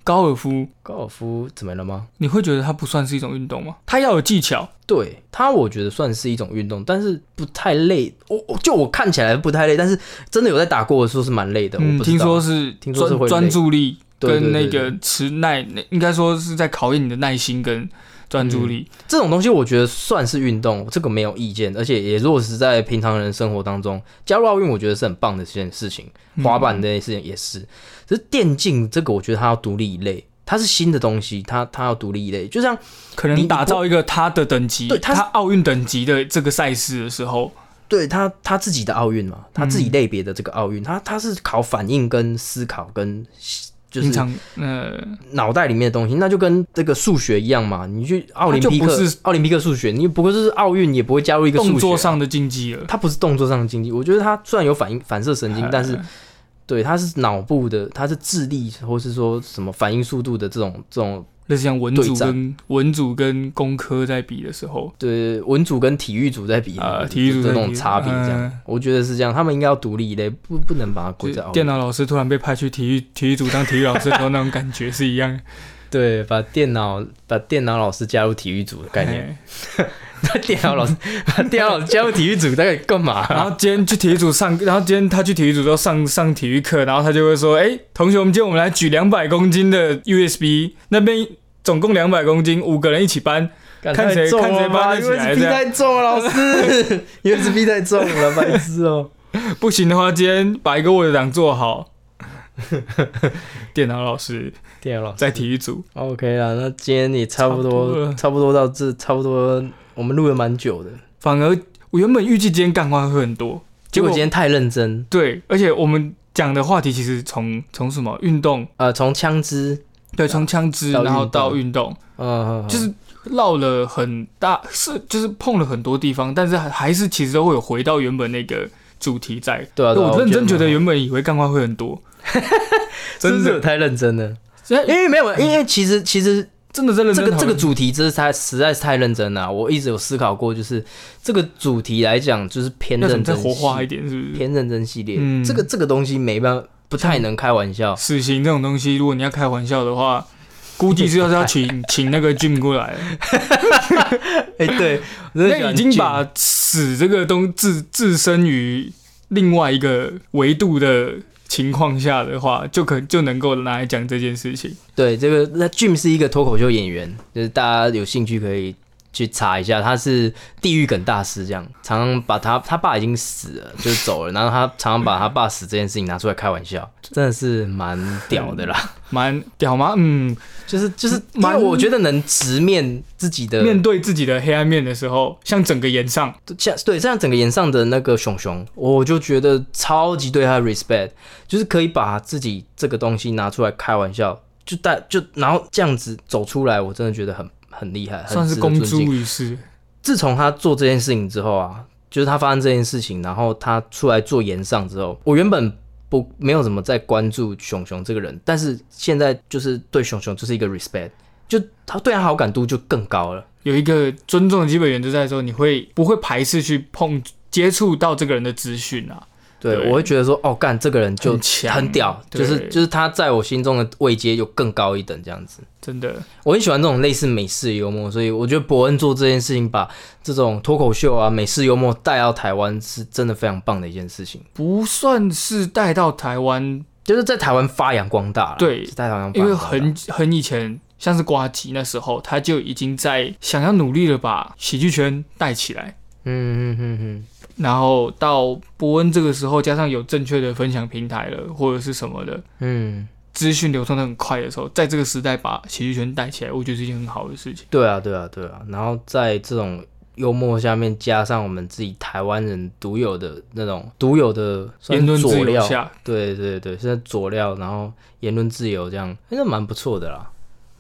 高尔夫， 高尔夫怎么了吗？ 你会觉得它不算是一种运动吗？它要有技巧。 对，它我觉得算是一种运动，但是不太累。我就我看起来不太累，但是真的有在打过的时候是蛮累的。 嗯， 我不知道听说是听说是会累专注力跟那对对对个持耐，应该说是在考验你的耐心跟专注力。 嗯、这种东西我觉得算是运动，这个没有意见，而且也落实在平常人生活当中。加入奥运，我觉得是很棒的一件事情。滑板这件事情也是，嗯、只是电竞这个，我觉得它要独立一类。它是新的东西，它它要独立一类，就像可能打造一个它的等级， 对它奥运等级的这个赛事的时候， 对它它自己的奥运嘛，它自己类别的这个奥运，它它是考反应跟思考跟就是呃脑袋里面的东西，那就跟这个数学一样嘛，你去奥林匹克奥林匹克数学，你不过是奥运也不会加入一个数学、啊、 动作上的竞技了， 它不是动作上的竞技，我觉得它虽然有反应反射神经，但是。对，它是脑部的，它是智力，或是说什么反应速度的这种这种， 类似像文组跟文组跟工科在比的时候， 对，文组跟体育组在比， 呃，体育组的那种差别，这样、呃，我觉得是这样，他们应该要独立一类，不不能把它归在奥运。 电脑老师突然被派去体育体育组当体育老师的时候，那种感觉是一样的。 对，把电脑把电脑老师加入体育组的概念。电脑老师把电脑老师加入体育组，大概干嘛、啊？ 然后今天去体育组上，然后今天他去体育组之后上上体育课，然后他就会说：“哎、欸，同学，我们今天我们来举两百公斤的 U S B， 那边总共两百公斤，五个人一起搬，看谁看谁搬得起来。” U S B 太重了，老师，U S B 太重了，白痴哦、喔。 不行的话，今天把一个 Word 档做好。电脑老师， 电脑老师在体育组 ，OK 啦。那今天也差不多，差不多到这，差不多。我们录了蛮久的， 反而我原本预计今天干话会很多， 结果今天太认真。 对，而且我们讲的话题其实从从什么运动， 呃，从枪支， 对，从枪支，然后到运动， 嗯， 就是绕了很大，是就是碰了很多地方，但是还是其实都会有回到原本那个主题在。 对啊，对啊我认真觉得原本以为干话会很多， 真的太认真了，因为没有，因为其实其实。 真的真的这个这个主题真是太实在是太认真了、啊，我一直有思考过，就是这个主题来讲，就是偏认真， 再活化一点，是不是？ 偏认真系列，嗯、这个这个东西没办法，不太能开玩笑。 死刑这种东西，如果你要开玩笑的话，估计是要要请请那个 Jim 过来。 哎、欸，对， 那已经把死这个东置置身于另外一个维度的。情况下的话，就可就能够拿来讲这件事情。 对，这个那 Jim 是一个脱口秀演员，就是大家有兴趣可以去查一下，他是地狱梗大师，这样常常把他他爸已经死了，就是走了，然后他常常把他爸死这件事情拿出来开玩笑，真的是蛮屌的啦。 蛮屌吗？嗯， 就是就是，因为我觉得能直面自己的面对自己的黑暗面的时候，像整个岩上， 像对像整个岩上的那个熊熊，我就觉得超级对他的 respect， 就是可以把自己这个东西拿出来开玩笑，就带就然后这样子走出来，我真的觉得很很厉害， 算是公诸于世。 自从他做这件事情之后啊，就是他发生这件事情，然后他出来做岩上之后，我原本。不，没有怎么在关注熊熊这个人，但是现在就是对熊熊就是一个 respect， 就他对他好感度就更高了。 有一个尊重的基本原则在说，你会不会排斥去碰接触到这个人的资讯啊？ 对，对我会觉得说，哦，干这个人就很屌，就是就是他在我心中的位阶又更高一等这样子。 真的， 我很喜欢这种类似美式幽默，所以我觉得伯恩做这件事情，把这种脱口秀啊、美式幽默带到台湾，是真的非常棒的一件事情。 不算是带到台湾， 就是在台湾发扬光大。 对， 在台湾发扬光大， 因为很很以前，像是呱吉那时候，他就已经在想要努力的把喜剧圈带起来。 嗯嗯嗯嗯。 然后到伯恩这个时候，加上有正确的分享平台了，或者是什么的，嗯。资讯流通的很快的时候，在这个时代把喜剧圈带起来，我觉得是一件很好的事情。 对啊，对啊，对啊。然后在这种幽默下面，加上我们自己台湾人独有的那种独有的言论自由下， 对对对，现在佐料，然后言论自由这样，那蛮不错的啦。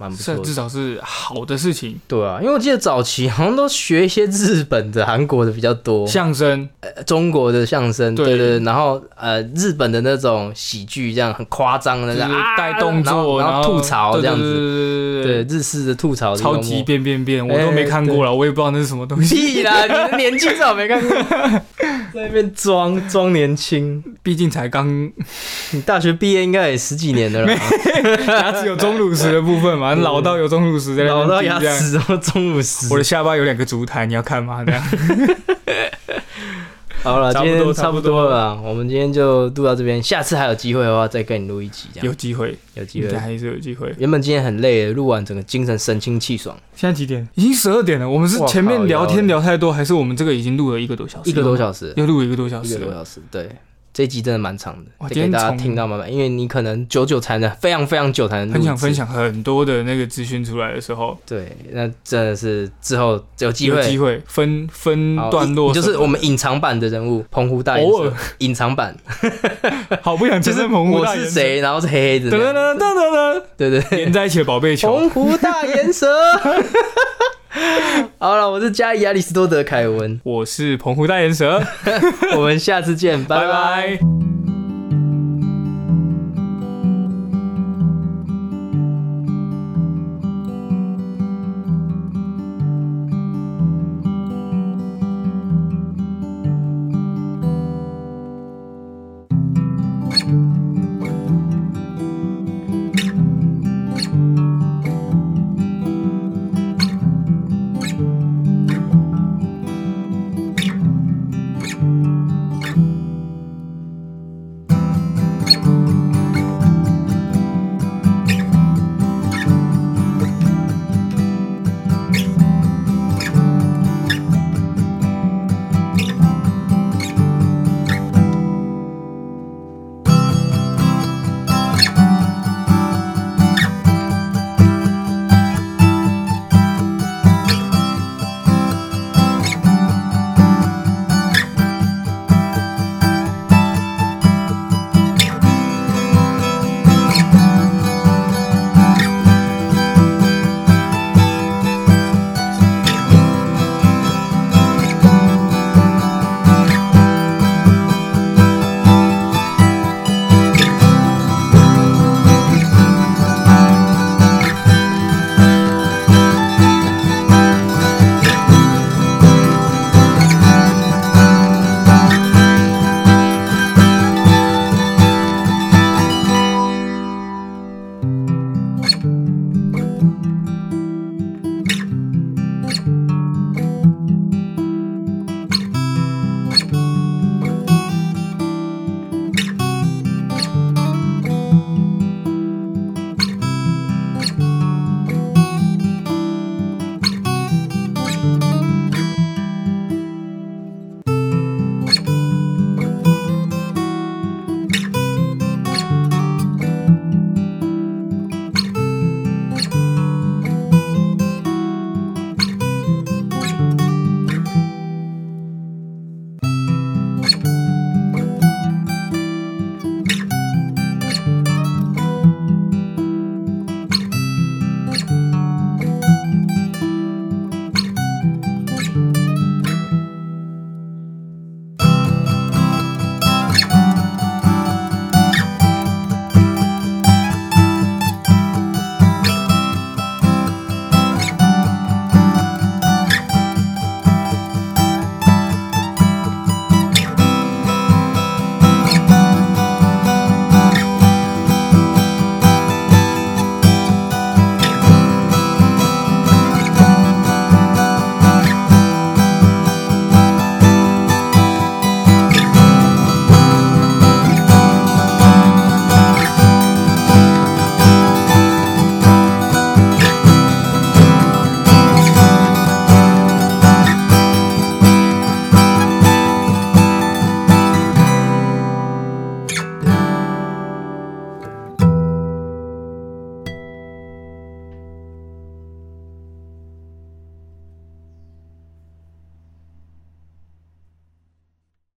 蛮不错的， 至少是好的事情。 对啊，因为我记得早期好像都学一些日本的、韩国的比较多， 相声、 呃、中国的相声，对 对, 对，然后呃日本的那种喜剧，这样很夸张的，就是带动作， 然后吐槽这样子， 对对日式的吐槽， 超级变变变，我都没看过了，我也不知道那是什么东西。 屁啦，你的年纪至少没看过，在那边装装年轻， 毕竟才刚， 你大学毕业应该也十几年了啦。 牙齿有钟乳石的部分嘛，老到有钟乳石在那边， 老到牙齿有钟乳石。 我的下巴有两个烛台，你要看吗？这样。 好了，今天差不多了啦，我们今天就录到这边。下次还有机会的话，再跟你录一集，这样。 有机会， 有机会， 还是有机会。 原本今天很累了，录完整个精神神清气爽。 现在几点？已经十二点了。我们是前面聊天聊太多，还是我们这个已经录了一个多小时？ 一个多小时， 又录了一个多小时， 一个多小时，对。这一集真的蛮长的，得给今天大家听到慢慢，因为你可能久久才能，非常非常久才能很想分享很多的那个资讯出来的时候， 对，那真的是之后有机会， 有机会分分段落， 就是我们隐藏版的人物，澎湖大颜色，隐藏版， 好不想承认澎湖大颜色， 我是谁，然后是黑黑的， 噔噔噔噔噔，对对，连在一起的宝贝球， 澎湖大颜色。好了，我是加伊亚里斯多德凯文， 我是澎湖大颜蛇， 我们下次见，拜拜。 拜拜。